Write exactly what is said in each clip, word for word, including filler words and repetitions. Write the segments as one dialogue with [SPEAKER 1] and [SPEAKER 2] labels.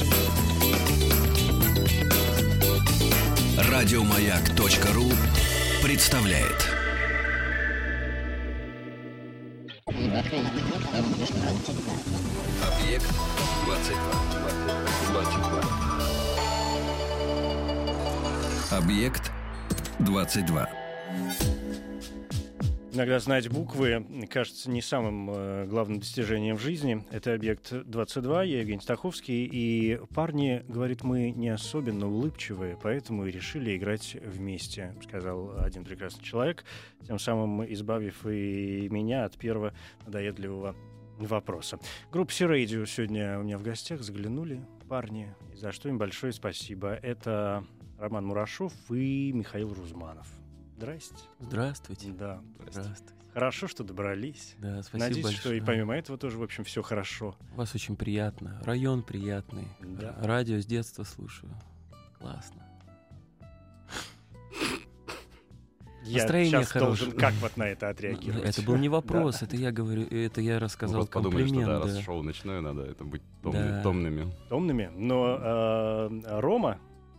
[SPEAKER 1] Радиомаяк.ру представляет. Объект двадцать два. Объект двадцать два.
[SPEAKER 2] Иногда знать буквы кажется не самым э, главным достижением в жизни. Это «Объект двадцать два», я Евгений Стаховский. И парни, говорит, мы не особенно улыбчивые, поэтому и решили играть вместе, сказал один прекрасный человек, тем самым избавив и меня от первого надоедливого вопроса. Группа Си-Radio сегодня у меня в гостях, заглянули парни, и за что им большое спасибо. Это Роман Мурашов и Михаил Рузманов. Здрасте.
[SPEAKER 3] Здравствуйте.
[SPEAKER 2] Да.
[SPEAKER 3] Здравствуйте.
[SPEAKER 2] Хорошо, что добрались.
[SPEAKER 3] Да, спасибо
[SPEAKER 2] Надеюсь,
[SPEAKER 3] большое.
[SPEAKER 2] что и помимо этого тоже, в общем, все хорошо.
[SPEAKER 3] У вас очень приятно. Район приятный.
[SPEAKER 2] Да.
[SPEAKER 3] Радио с детства слушаю. Классно.
[SPEAKER 2] Я
[SPEAKER 3] Настроение
[SPEAKER 2] сейчас
[SPEAKER 3] хорошее.
[SPEAKER 2] должен как вот на это отреагировать.
[SPEAKER 3] Это был не вопрос, это я говорю, это я рассказал
[SPEAKER 4] Вот подумали,
[SPEAKER 3] комплимент.
[SPEAKER 4] что да,
[SPEAKER 3] да.
[SPEAKER 4] раз шоу ночное, надо это быть томны-
[SPEAKER 3] Да.
[SPEAKER 4] томными.
[SPEAKER 2] Томными. Но э, Рома,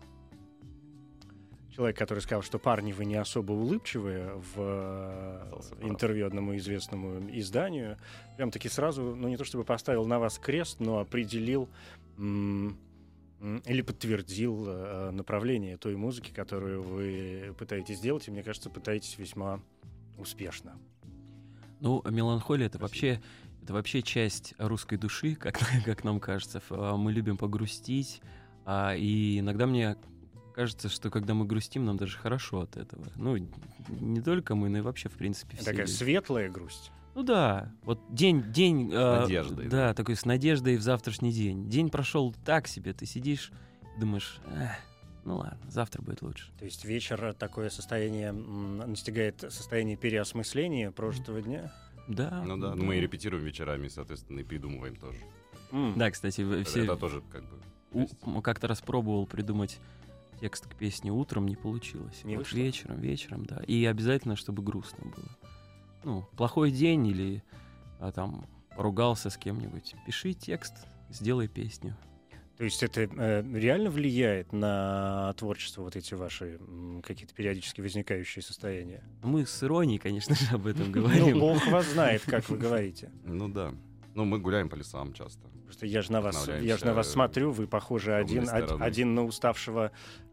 [SPEAKER 2] человек, который сказал, что парни, вы не особо улыбчивые, в э,
[SPEAKER 4] Остался прав.
[SPEAKER 2] интервью одному известному изданию, прям таки сразу, ну не то чтобы поставил на вас крест, но определил м- м, или подтвердил э, направление той музыки, которую вы пытаетесь делать, и, мне кажется, пытаетесь весьма успешно.
[SPEAKER 3] Ну, меланхолия — это вообще, это вообще часть русской души, как, как нам кажется. Ф- Мы любим погрустить, а, и иногда мне кажется, что когда мы грустим, нам даже хорошо от этого. Ну, не только мы, но и вообще, в принципе, все
[SPEAKER 2] Такая
[SPEAKER 3] люди.
[SPEAKER 2] светлая грусть.
[SPEAKER 3] Ну да, вот день, день, э,
[SPEAKER 4] надеждой,
[SPEAKER 3] да,
[SPEAKER 4] да.
[SPEAKER 3] такой с надеждой в завтрашний день. День прошел так себе, ты сидишь, думаешь, «Эх, ну ладно, завтра будет лучше.
[SPEAKER 2] То есть вечер такое состояние м, настигает состояние переосмысления прожитого дня.
[SPEAKER 3] Да.
[SPEAKER 4] Ну да, ну мы и репетируем вечерами, соответственно, и придумываем тоже.
[SPEAKER 2] М.
[SPEAKER 3] Да, кстати, вы
[SPEAKER 4] Это-
[SPEAKER 3] все
[SPEAKER 4] Это тоже как бы... то
[SPEAKER 3] у-
[SPEAKER 4] есть
[SPEAKER 3] м, как-то раз пробовал придумать текст к песне утром, не получилось.
[SPEAKER 2] Не
[SPEAKER 3] Вот
[SPEAKER 2] вышло?
[SPEAKER 3] вечером, вечером, да. И обязательно, чтобы грустно было. Ну, плохой день или а, там поругался с кем-нибудь. Пиши текст, сделай песню.
[SPEAKER 2] То есть это э, реально влияет на творчество, вот эти ваши м, какие-то периодически возникающие состояния?
[SPEAKER 3] Мы с иронией, конечно же, об этом
[SPEAKER 2] Ну,
[SPEAKER 3] говорим.
[SPEAKER 2] Бог вас знает, как вы говорите.
[SPEAKER 4] Ну да. Ну мы гуляем по лесам часто.
[SPEAKER 2] Просто я же на вас, я же на
[SPEAKER 4] Вдохновляемся
[SPEAKER 2] вас смотрю, вы похожи один, од-
[SPEAKER 4] стороной.
[SPEAKER 2] один на уставшего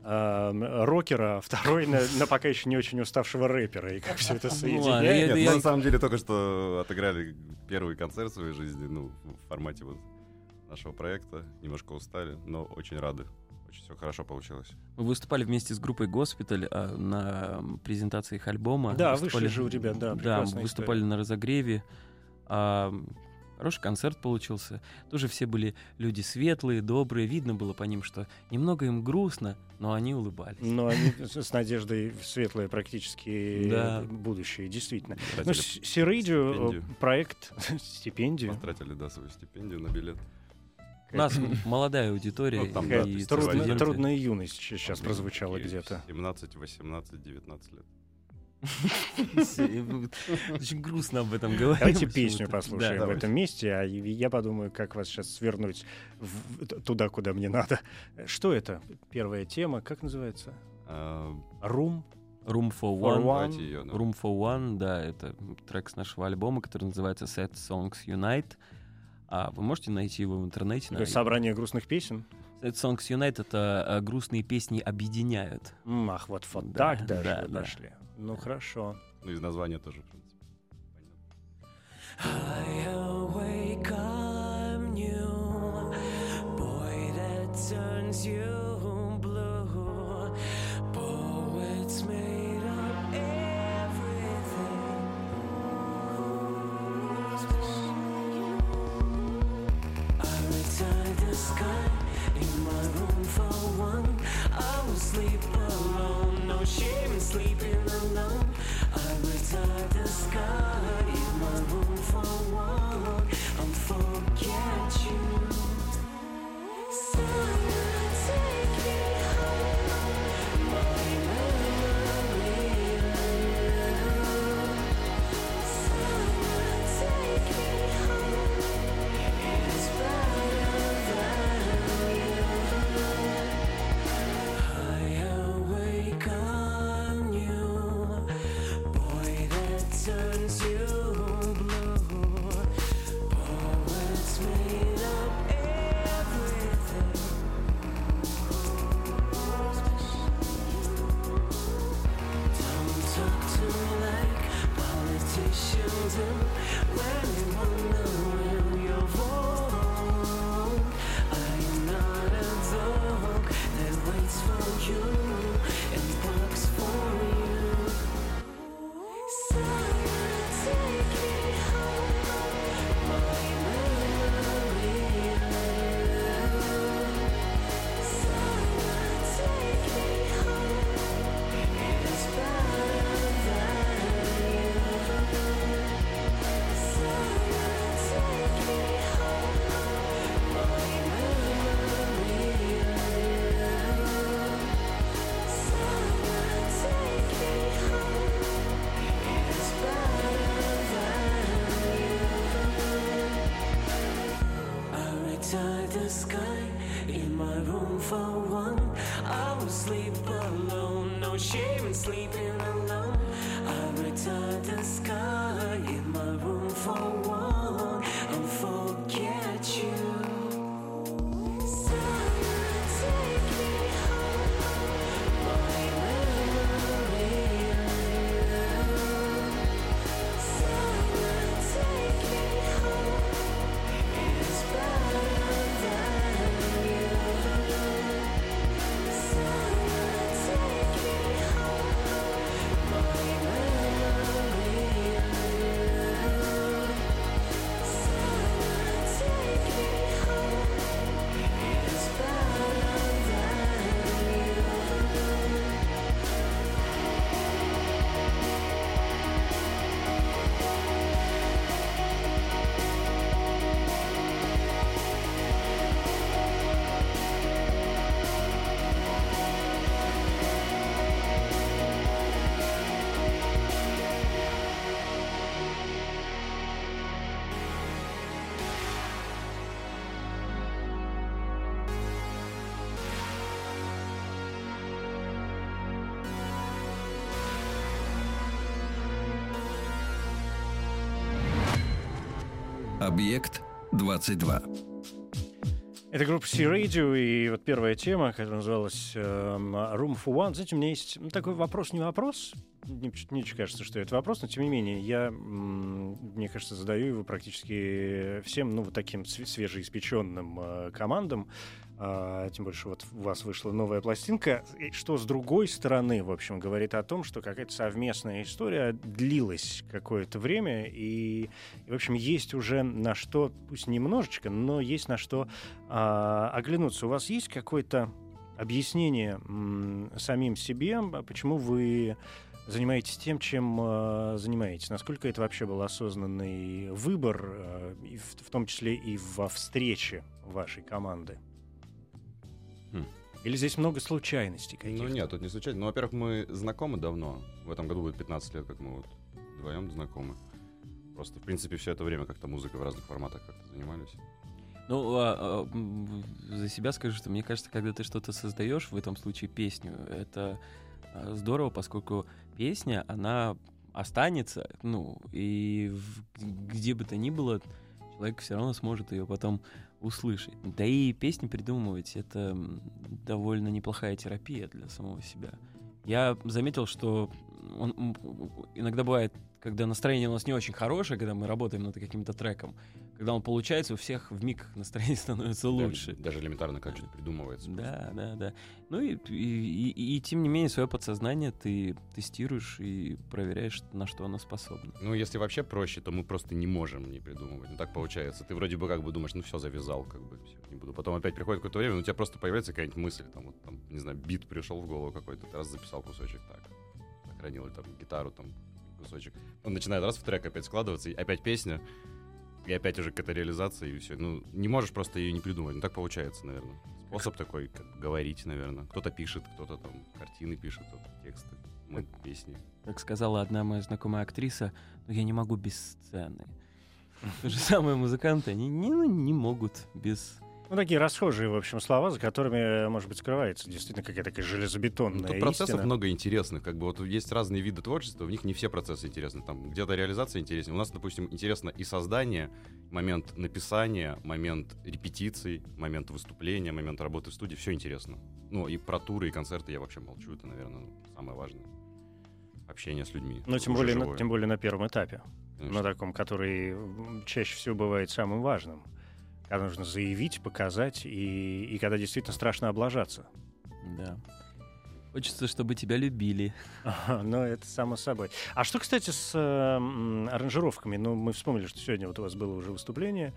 [SPEAKER 2] э, рокера, а второй на, на пока еще не очень уставшего рэпера. И как все это
[SPEAKER 3] ладно,
[SPEAKER 2] соединяет.
[SPEAKER 3] я-
[SPEAKER 4] Нет,
[SPEAKER 3] я-
[SPEAKER 4] мы на самом деле только что отыграли первый концерт в своей жизни, ну, в формате вот нашего проекта. Немножко устали, но очень рады. Очень все хорошо получилось.
[SPEAKER 3] Мы выступали вместе с группой «Госпиталь» а, на презентации их альбома.
[SPEAKER 2] Да,
[SPEAKER 3] Выступали-
[SPEAKER 2] вышли же у ребят, да,
[SPEAKER 3] Да,
[SPEAKER 2] прекрасная
[SPEAKER 3] выступали
[SPEAKER 2] история.
[SPEAKER 3] на разогреве. А, хороший концерт получился. Тоже все были люди светлые, добрые. Видно было по ним, что немного им грустно, но они улыбались.
[SPEAKER 2] Но они с с надеждой в светлое практически
[SPEAKER 3] Да.
[SPEAKER 2] будущее, действительно. Ну,
[SPEAKER 4] Тратили
[SPEAKER 2] Си-Radio
[SPEAKER 4] стипендию.
[SPEAKER 2] проект стипендию.
[SPEAKER 4] Потратили, да, свою стипендию на билет.
[SPEAKER 3] У нас молодая аудитория.
[SPEAKER 4] Ну, там,
[SPEAKER 2] Какая
[SPEAKER 4] да,
[SPEAKER 3] и
[SPEAKER 4] трудно-
[SPEAKER 2] трудная,
[SPEAKER 3] студенты.
[SPEAKER 2] трудная юность сейчас
[SPEAKER 4] Там
[SPEAKER 2] прозвучала
[SPEAKER 4] такие
[SPEAKER 2] где-то.
[SPEAKER 4] семнадцать, восемнадцать, девятнадцать лет.
[SPEAKER 3] Очень грустно об этом говорить.
[SPEAKER 2] Давайте песню
[SPEAKER 3] почему-то.
[SPEAKER 2] послушаем
[SPEAKER 3] Да,
[SPEAKER 2] в
[SPEAKER 3] давай.
[SPEAKER 2] этом месте, а я подумаю, как вас сейчас свернуть в- т- туда, куда мне надо. Что это? Первая тема, как называется?
[SPEAKER 4] А,
[SPEAKER 2] Room
[SPEAKER 3] Room for
[SPEAKER 2] for
[SPEAKER 3] One.
[SPEAKER 2] One.
[SPEAKER 4] давайте её, да.
[SPEAKER 3] Room for One, да, это трек с нашего альбома, который называется Sad Songs Unite. А вы можете найти его в интернете.
[SPEAKER 2] То
[SPEAKER 3] на-
[SPEAKER 2] есть собрание грустных песен?
[SPEAKER 3] Sad Songs Unite — это а, грустные песни объединяют.
[SPEAKER 2] М, Ах, вот, вот
[SPEAKER 3] Да,
[SPEAKER 2] так даже
[SPEAKER 3] да,
[SPEAKER 2] вы
[SPEAKER 3] да.
[SPEAKER 2] пошли. Ну, хорошо.
[SPEAKER 4] Ну, из названия тоже, в принципе. Понятно.
[SPEAKER 5] I awake, I'm new. Boy, that turns you blue. Poets made of everything. I retired the sky in my room for one. I will sleep alone, no shame in sleeping alone. I retired the sky in my room for one. I'm forget you. Someone take me home, my memory. Someone take me home. It's better than you. tie the sky in my room for one. I will sleep alone, no shame in sleeping alone. I will tie the sky in my room for one and forget you. Summer, take me home, my memory of you. Summer, take me home, it's better than you. Summer, take me home, my memory of you. Summer, take me home, it's better than you.
[SPEAKER 1] Объект двадцать два.
[SPEAKER 2] Это группа C-Radio, и вот первая тема, которая называлась эм, Room for One. Знаете, у меня есть ну, такой вопрос, не вопрос. Мне, мне кажется, что это вопрос, но тем не менее, я, м, мне кажется, задаю его практически всем, ну, вот таким св- свежеиспеченным э, командам. А, тем больше вот у вас вышла новая пластинка, и что с другой стороны, в общем, говорит о том, что какая-то совместная история длилась какое-то время, и, и в общем, есть уже на что, пусть немножечко, но есть на что а, оглянуться. У вас есть какое-то объяснение м, самим себе, почему вы занимаетесь тем, чем э, занимаетесь? Насколько это вообще был осознанный выбор, э, и в, в том числе и во встрече вашей команды?
[SPEAKER 4] Хм.
[SPEAKER 2] Или здесь много случайностей каких-то?
[SPEAKER 4] Ну нет, тут не случайно. Ну, во-первых, мы знакомы давно. В этом году будет пятнадцать лет, как мы вот вдвоем знакомы. Просто, в принципе, все это время как-то музыкой в разных форматах как-то занимались.
[SPEAKER 3] Ну, а, а, м, за себя скажу, что мне кажется, когда ты что-то создаешь, в этом случае песню, это а, здорово, поскольку песня, она останется, ну, и в- где бы то ни было, человек все равно сможет ее потом услышать. Да и песни придумывать — это м, довольно неплохая терапия для самого себя. Я заметил, что он, м, иногда бывает, когда настроение у нас не очень хорошее, когда мы работаем над каким-то треком, когда он получается, у всех вмиг настроение становится лучше.
[SPEAKER 4] Даже элементарно как что-то придумывается.
[SPEAKER 3] Да, да, да. Ну и, и, и, и, и тем не менее свое подсознание ты тестируешь и проверяешь, на что оно способно.
[SPEAKER 4] Ну, если вообще проще, то мы просто не можем не придумывать. Ну, так получается. Ты вроде бы как бы думаешь, ну все, завязал, как бы, все, не буду. Потом опять приходит какое-то время, у тебя просто появляется какая-нибудь мысль, там, вот, там, не знаю, бит пришел в голову какой-то, ты раз записал кусочек, так, сохранил, там, гитару, там, кусочек. Он начинает раз в трек опять складываться, и опять песня, и опять уже какая-то реализация, и все. Ну, не можешь просто ее не придумать. Ну, так получается, наверное. Способ такой, как говорить, наверное. Кто-то пишет, кто-то там картины пишет, кто-то тексты, мы песни.
[SPEAKER 3] Как сказала одна моя знакомая актриса, ну я не могу без сцены. То же самое музыканты, они не, ну, не могут без...
[SPEAKER 2] Ну, такие расхожие, в общем, слова, за которыми, может быть, скрывается действительно какая-то такая железобетонная
[SPEAKER 4] Ну, тут процессов
[SPEAKER 2] истина.
[SPEAKER 4] много интересных. Как бы вот есть разные виды творчества, в них не все процессы интересны. Там где-то реализация интереснее. У нас, допустим, интересно и создание, момент написания, момент репетиций, момент выступления, момент работы в студии. Все интересно. Ну, и про туры, и концерты я вообще молчу. Это, наверное, самое важное. Общение с людьми.
[SPEAKER 2] Ну, тем
[SPEAKER 4] Уже
[SPEAKER 2] более, на,
[SPEAKER 4] живое.
[SPEAKER 2] тем более на первом этапе.
[SPEAKER 4] Конечно.
[SPEAKER 2] На таком, который м, чаще всего бывает самым важным. Когда нужно заявить, показать, и, и когда действительно страшно облажаться.
[SPEAKER 3] Да. Хочется, чтобы тебя любили.
[SPEAKER 2] Ага, ну, это само собой. А что, кстати, с э, м, аранжировками? Ну, мы вспомнили, что сегодня вот у вас было уже выступление,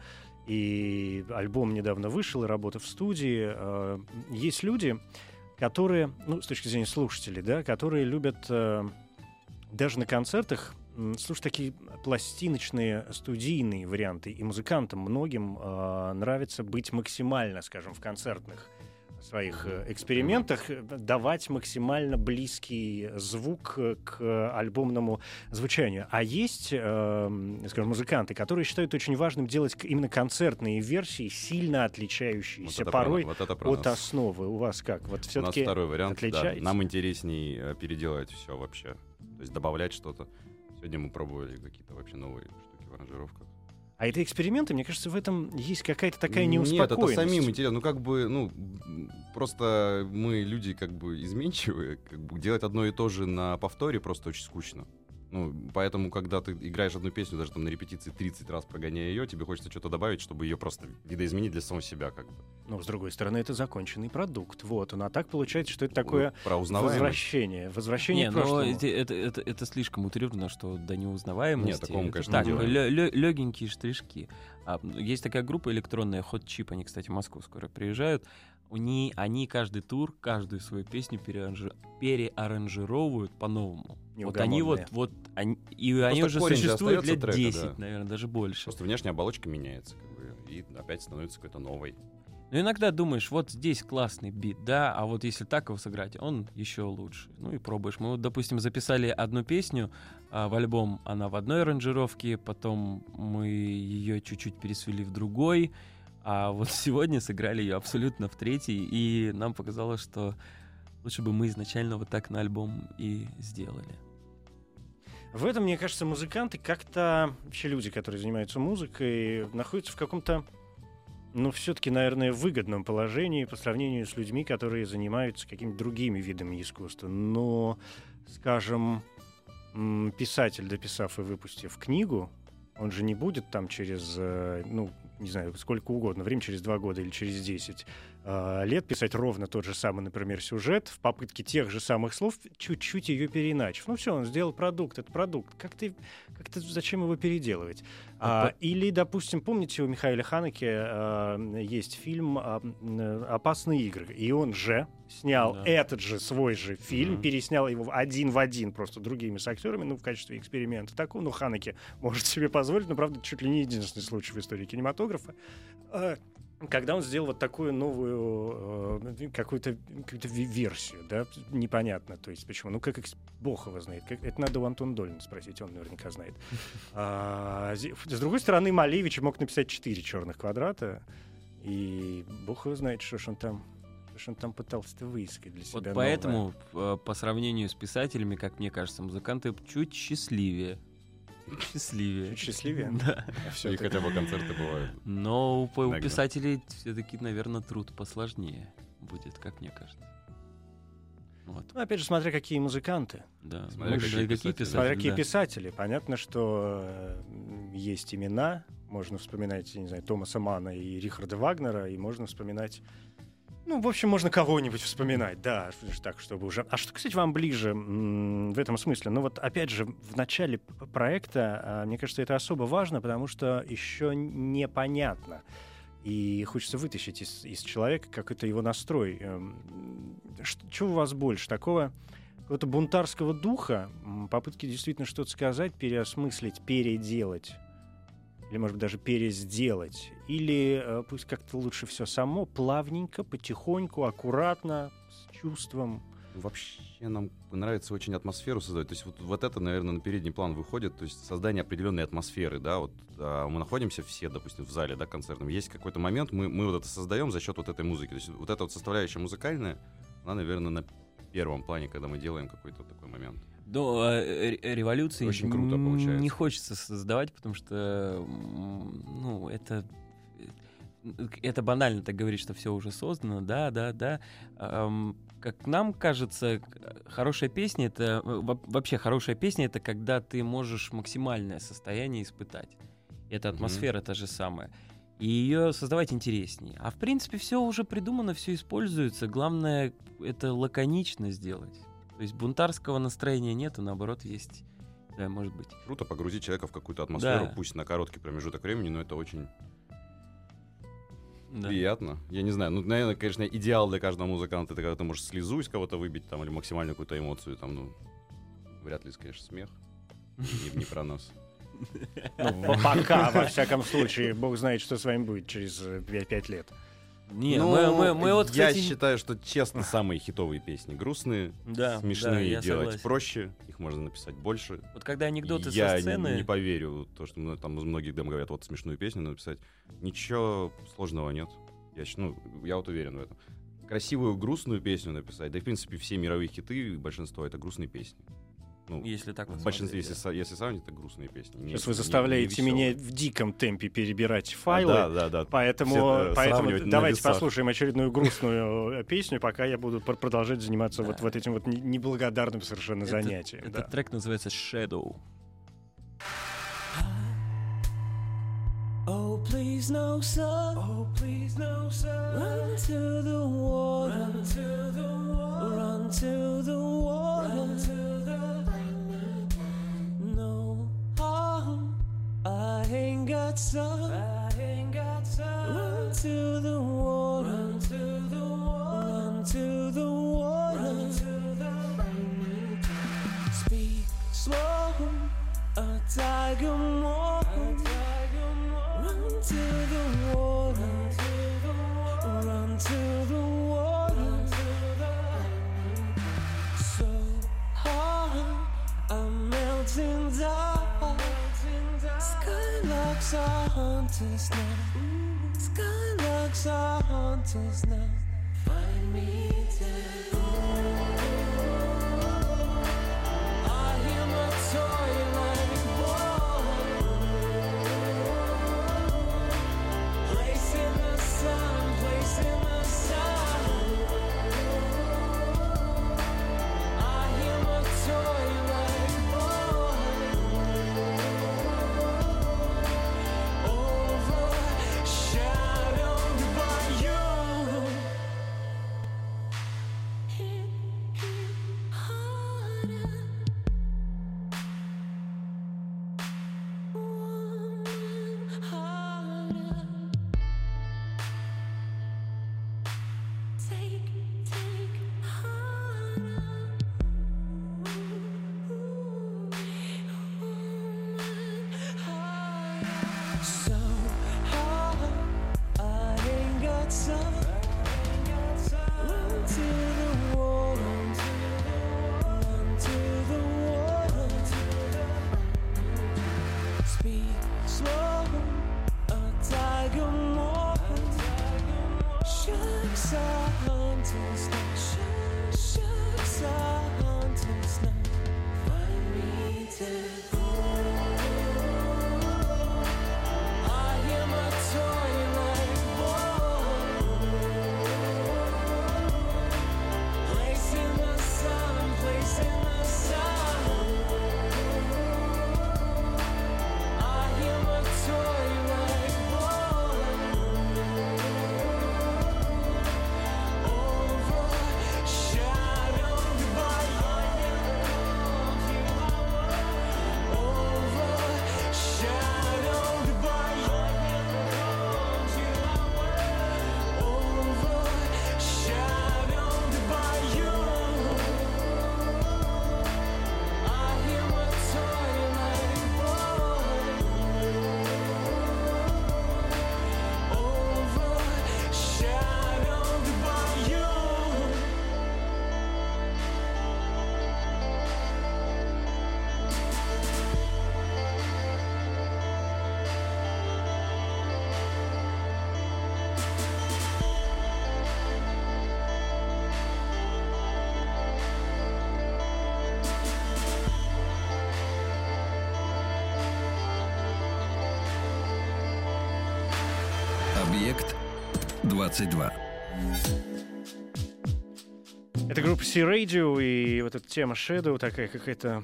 [SPEAKER 2] и альбом недавно вышел, и работа в студии. Э, есть люди, которые, ну, с точки зрения слушателей, да, которые любят э, даже на концертах м, слушать такие пластиночные, студийные варианты. И музыкантам многим э, нравится быть максимально, скажем, в концертных своих э, экспериментах э, давать максимально близкий звук э, к альбомному звучанию. А есть, э, скажем, музыканты, которые считают очень важным делать к- именно концертные версии, сильно отличающиеся
[SPEAKER 4] Вот это
[SPEAKER 2] порой
[SPEAKER 4] про, вот это про
[SPEAKER 2] от
[SPEAKER 4] нас.
[SPEAKER 2] основы. У вас как? Вот
[SPEAKER 4] У нас
[SPEAKER 2] все-таки
[SPEAKER 4] второй вариант, да.
[SPEAKER 2] отличаетесь?
[SPEAKER 4] Нам интересней э, переделать все вообще. То есть добавлять что-то. Сегодня мы пробовали какие-то вообще новые штуки в аранжировках.
[SPEAKER 2] А это эксперименты, мне кажется, в этом есть какая-то такая
[SPEAKER 4] Нет,
[SPEAKER 2] неуспокоенность.
[SPEAKER 4] это самим интересно. Ну, как бы, ну, м, просто мы люди как бы изменчивые. Как бы делать одно и то же на повторе просто очень скучно. Ну, поэтому, когда ты играешь одну песню, даже там на репетиции тридцать раз прогоняя ее, тебе хочется что-то добавить, чтобы ее просто видоизменить для самого себя, как бы.
[SPEAKER 2] Но, с другой стороны, это законченный продукт. Вот. Ну, а так получается, что это такое
[SPEAKER 4] Про узнаваемость.
[SPEAKER 2] возвращение. Возвращение
[SPEAKER 3] Не,
[SPEAKER 2] к
[SPEAKER 3] но
[SPEAKER 2] прошлому.
[SPEAKER 3] это, это, это, это слишком утрированно, что до неузнаваемости.
[SPEAKER 4] Нет, такого мы,
[SPEAKER 3] это
[SPEAKER 4] конечно,
[SPEAKER 3] так,
[SPEAKER 4] не делаем.
[SPEAKER 3] лё- лё- лёгенькие штришки. А, есть такая группа электронная Hot Chip, они, кстати, в Москву скоро приезжают. У них, они каждый тур, каждую свою песню переаранжи- переаранжировывают по-новому. Вот они вот,
[SPEAKER 2] Неугомонные.
[SPEAKER 3] вот они, и они уже
[SPEAKER 4] корень же
[SPEAKER 3] существуют
[SPEAKER 4] остается
[SPEAKER 3] лет
[SPEAKER 4] трека,
[SPEAKER 3] десять,
[SPEAKER 4] да.
[SPEAKER 3] наверное, даже больше.
[SPEAKER 4] Просто внешняя оболочка меняется, как бы, и опять становится какой-то новой.
[SPEAKER 3] Но иногда думаешь, вот здесь классный бит, да, а вот если так его сыграть, он еще лучше. Ну и пробуешь. Мы вот, допустим, записали одну песню а, в альбом, она в одной аранжировке, потом мы ее чуть-чуть пересвели в другой, а вот сегодня сыграли ее абсолютно в третьей, и нам показалось, что лучше бы мы изначально вот так на альбом и сделали.
[SPEAKER 2] В этом, мне кажется, музыканты как-то, вообще люди, которые занимаются музыкой, находятся в каком-то, ну, все-таки, наверное, выгодном положении по сравнению с людьми, которые занимаются какими-то другими видами искусства. Но, скажем, м, писатель, дописав и выпустив книгу, он же не будет там через, э, ну, не знаю, сколько угодно, время через два года или через десять э, лет писать ровно тот же самый, например, сюжет в попытке тех же самых слов, чуть-чуть ее переиначив. Ну все, он сделал продукт, это продукт. Как ты, как ты зачем его переделывать? А, или, допустим, помните, у Михаила Ханеке э, есть фильм а, э, «Опасные игры», и он же снял
[SPEAKER 3] Да.
[SPEAKER 2] этот же свой же фильм,
[SPEAKER 3] Мгм.
[SPEAKER 2] переснял его один в один просто другими с актерами, ну, в качестве эксперимента. Такого, ну, Ханеке может себе позволить, но, правда, чуть ли не единственный случай в истории кинематографа. Э, Когда он сделал вот такую новую э, какую-то, какую-то ви- версию, да, непонятно, то есть почему, ну как экс- Бог его знает, как, это надо у Антона Долина спросить, он наверняка знает. А, зи- с другой стороны, Малевич мог написать четыре черных квадрата, и Бог его знает, что ж он там, что ж он там пытался-то выискать для себя.
[SPEAKER 3] Вот
[SPEAKER 2] новое.
[SPEAKER 3] поэтому, э, по сравнению с писателями, как мне кажется, музыканты чуть счастливее. Чуть счастливее.
[SPEAKER 2] Чуть счастливее.
[SPEAKER 3] Да.
[SPEAKER 2] А
[SPEAKER 4] И
[SPEAKER 2] всё-таки.
[SPEAKER 4] хотя бы концерты бывают.
[SPEAKER 3] Но у, по- у
[SPEAKER 4] Иногда.
[SPEAKER 3] писателей все-таки, наверное, труд посложнее будет, как мне кажется. Вот,
[SPEAKER 2] Ну, опять же, смотря какие музыканты.
[SPEAKER 3] да.
[SPEAKER 4] Смотря
[SPEAKER 3] Ну,
[SPEAKER 4] какие
[SPEAKER 3] да и
[SPEAKER 4] писатели.
[SPEAKER 3] писатели,
[SPEAKER 2] Смотря какие
[SPEAKER 3] да.
[SPEAKER 2] писатели. Понятно, что э, есть имена. Можно вспоминать, я не знаю, Томаса Манна и Рихарда Вагнера, и можно вспоминать... Ну, в общем, можно кого-нибудь вспоминать, да, ш- так, чтобы уже... А что, кстати, вам ближе м, в этом смысле? Ну, вот, опять же, в начале п- проекта, а, мне кажется, это особо важно, потому что еще непонятно. И хочется вытащить из, из человека какой-то его настрой. Эм, ш- Чего у вас больше? Такого какого-то бунтарского духа, м, попытки действительно что-то сказать, переосмыслить, переделать, или, может быть, даже пересделать, или э, пусть как-то лучше все само, плавненько, потихоньку, аккуратно, с чувством.
[SPEAKER 4] Вообще нам нравится очень атмосферу создавать. То есть вот, вот это, наверное, на передний план выходит. То есть создание определенной атмосферы, да, вот а, мы находимся все, допустим, в зале, да, концертном. Есть какой-то момент, мы, мы вот это создаем за счет вот этой музыки. То есть вот эта вот составляющая музыкальная, она, наверное, на первом плане, когда мы делаем какой-то такой момент.
[SPEAKER 3] Но э, ре- революции
[SPEAKER 4] Очень круто
[SPEAKER 3] н-
[SPEAKER 4] получается.
[SPEAKER 3] не хочется создавать, потому что, м, ну, это это банально так говорить, что все уже создано, да, да, да. Ам, как нам кажется, к- хорошая песня — это э, во- вообще хорошая песня — это когда ты можешь максимальное состояние испытать. Эта
[SPEAKER 4] Мгм.
[SPEAKER 3] атмосфера та же самая. И ее создавать интереснее. А в принципе все уже придумано, все используется. Главное — это лаконично сделать. То есть бунтарского настроения нету, наоборот, есть, да, может быть.
[SPEAKER 4] Круто погрузить человека в какую-то атмосферу,
[SPEAKER 3] Да.
[SPEAKER 4] пусть на короткий промежуток времени, но это очень
[SPEAKER 3] Да.
[SPEAKER 4] приятно. Я не знаю, ну, наверное, конечно, идеал для каждого музыканта — это когда ты можешь слезу из кого-то выбить, там, или максимальную какую-то эмоцию, там, ну, вряд ли, конечно, смех. Не, не про нас.
[SPEAKER 2] Ну, по- пока, во всяком случае, Бог знает, что с вами будет через э, пя- пять лет.
[SPEAKER 3] Не,
[SPEAKER 4] Ну,
[SPEAKER 3] мы, мы, мы вот,
[SPEAKER 4] я
[SPEAKER 3] кстати,
[SPEAKER 4] считаю, что честно, самые хитовые песни грустные,
[SPEAKER 3] да,
[SPEAKER 4] смешные
[SPEAKER 3] да, я
[SPEAKER 4] делать
[SPEAKER 3] согласен.
[SPEAKER 4] проще, их можно написать больше.
[SPEAKER 3] Вот когда анекдоты
[SPEAKER 4] я
[SPEAKER 3] со
[SPEAKER 4] не-
[SPEAKER 3] сцены...
[SPEAKER 4] не, поверю, то, что ну, там из многих дем говорят, вот смешную песню написать. Ничего сложного нет. Я, щ- ну, я вот уверен в этом. Красивую грустную песню написать, да и в принципе все мировые хиты, большинство это грустные песни. Ну,
[SPEAKER 3] Если так вот
[SPEAKER 4] в большинстве, если,
[SPEAKER 3] смотреть,
[SPEAKER 4] са- если сравнить, это грустные песни. Не-
[SPEAKER 2] Сейчас вы
[SPEAKER 4] не-
[SPEAKER 2] заставляете
[SPEAKER 4] не
[SPEAKER 2] меня
[SPEAKER 4] весёлые.
[SPEAKER 2] в диком темпе перебирать
[SPEAKER 4] А,
[SPEAKER 2] файлы.
[SPEAKER 4] Да, да, да.
[SPEAKER 2] Поэтому,
[SPEAKER 4] Все это
[SPEAKER 2] поэтому
[SPEAKER 4] сравнивать на
[SPEAKER 2] давайте
[SPEAKER 4] весах.
[SPEAKER 2] послушаем очередную грустную э, песню, пока я буду пр- продолжать заниматься
[SPEAKER 3] Да.
[SPEAKER 2] вот, вот этим вот не- неблагодарным совершенно
[SPEAKER 3] это-
[SPEAKER 2] занятием.
[SPEAKER 3] Этот
[SPEAKER 2] да.
[SPEAKER 3] трек называется Shadow.
[SPEAKER 5] Oh, please no, sir. Oh, please no, sir. Run to the water. Run to the water. Run to the water. Run to the no harm. I ain't got some. I ain't got some. Run to the water. Run to the water. Run to the water. Run to the speed slow. A tiger more. Run to the water, run to the water, so hard, I'm melting down. Skylarks are hunters now, skylarks are hunters now. Find me dead. I hear my toy like boy. Place in the sun, place in the sun. I hear my toy like overshadowed by you. Hit, hit harder. One harder. Take, take harder. So hard, I ain't got some. Run to the water, run to the water. Speed slow, a tiger more. Sharks are hunters now. Sharks are hunters now. Find me dead. I hear my toy like boy. Place in the sun, place in the sun. I hear my toy like overshadowed by overshadowed by overshadowed by you. I hear my toy like overshadowed by you.
[SPEAKER 1] Объект двадцать два.
[SPEAKER 2] Это группа C-Radio, и вот эта тема Shadow такая какая-то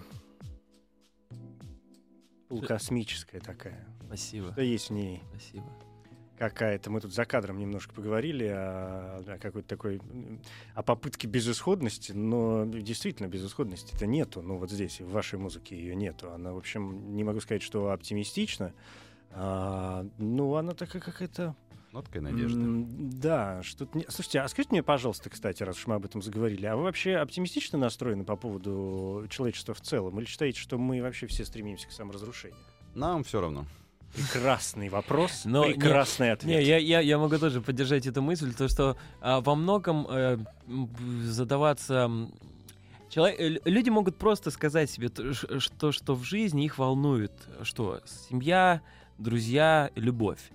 [SPEAKER 2] полукосмическая такая.
[SPEAKER 3] Спасибо,
[SPEAKER 2] Что есть в ней
[SPEAKER 3] спасибо.
[SPEAKER 2] какая-то... Мы тут за кадром немножко поговорили о, о какой-то такой... м, о попытке безысходности, но действительно безысходности-то нету. Ну вот здесь, в вашей музыке ее нету. Она, в общем, не могу сказать, что оптимистична. А, ну, она такая какая-то...
[SPEAKER 4] Ноткой надежды.
[SPEAKER 2] М, Да, что-то... не- Слушайте, а скажите мне, пожалуйста, кстати, раз уж мы об этом заговорили, а вы вообще оптимистично настроены по поводу человечества в целом? Или считаете, что мы вообще все стремимся к саморазрушению?
[SPEAKER 4] Нам все равно.
[SPEAKER 2] Прекрасный вопрос,
[SPEAKER 3] Но не-
[SPEAKER 2] прекрасный ответ.
[SPEAKER 3] Не, я, я, я могу тоже поддержать эту мысль, то что а, во многом э, м, задаваться... м, чело- э, лю- люди могут просто сказать себе, то, ш- что, что в жизни их волнует, что семья, друзья, любовь.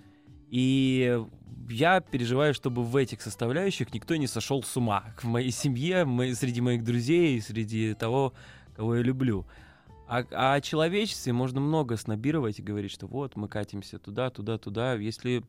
[SPEAKER 3] И я переживаю, чтобы в этих составляющих никто не сошел с ума. В моей семье, в моей- среди моих друзей, среди того, кого я люблю. А, а о человечестве можно много снобировать и говорить, что вот мы катимся туда, туда, туда. Если,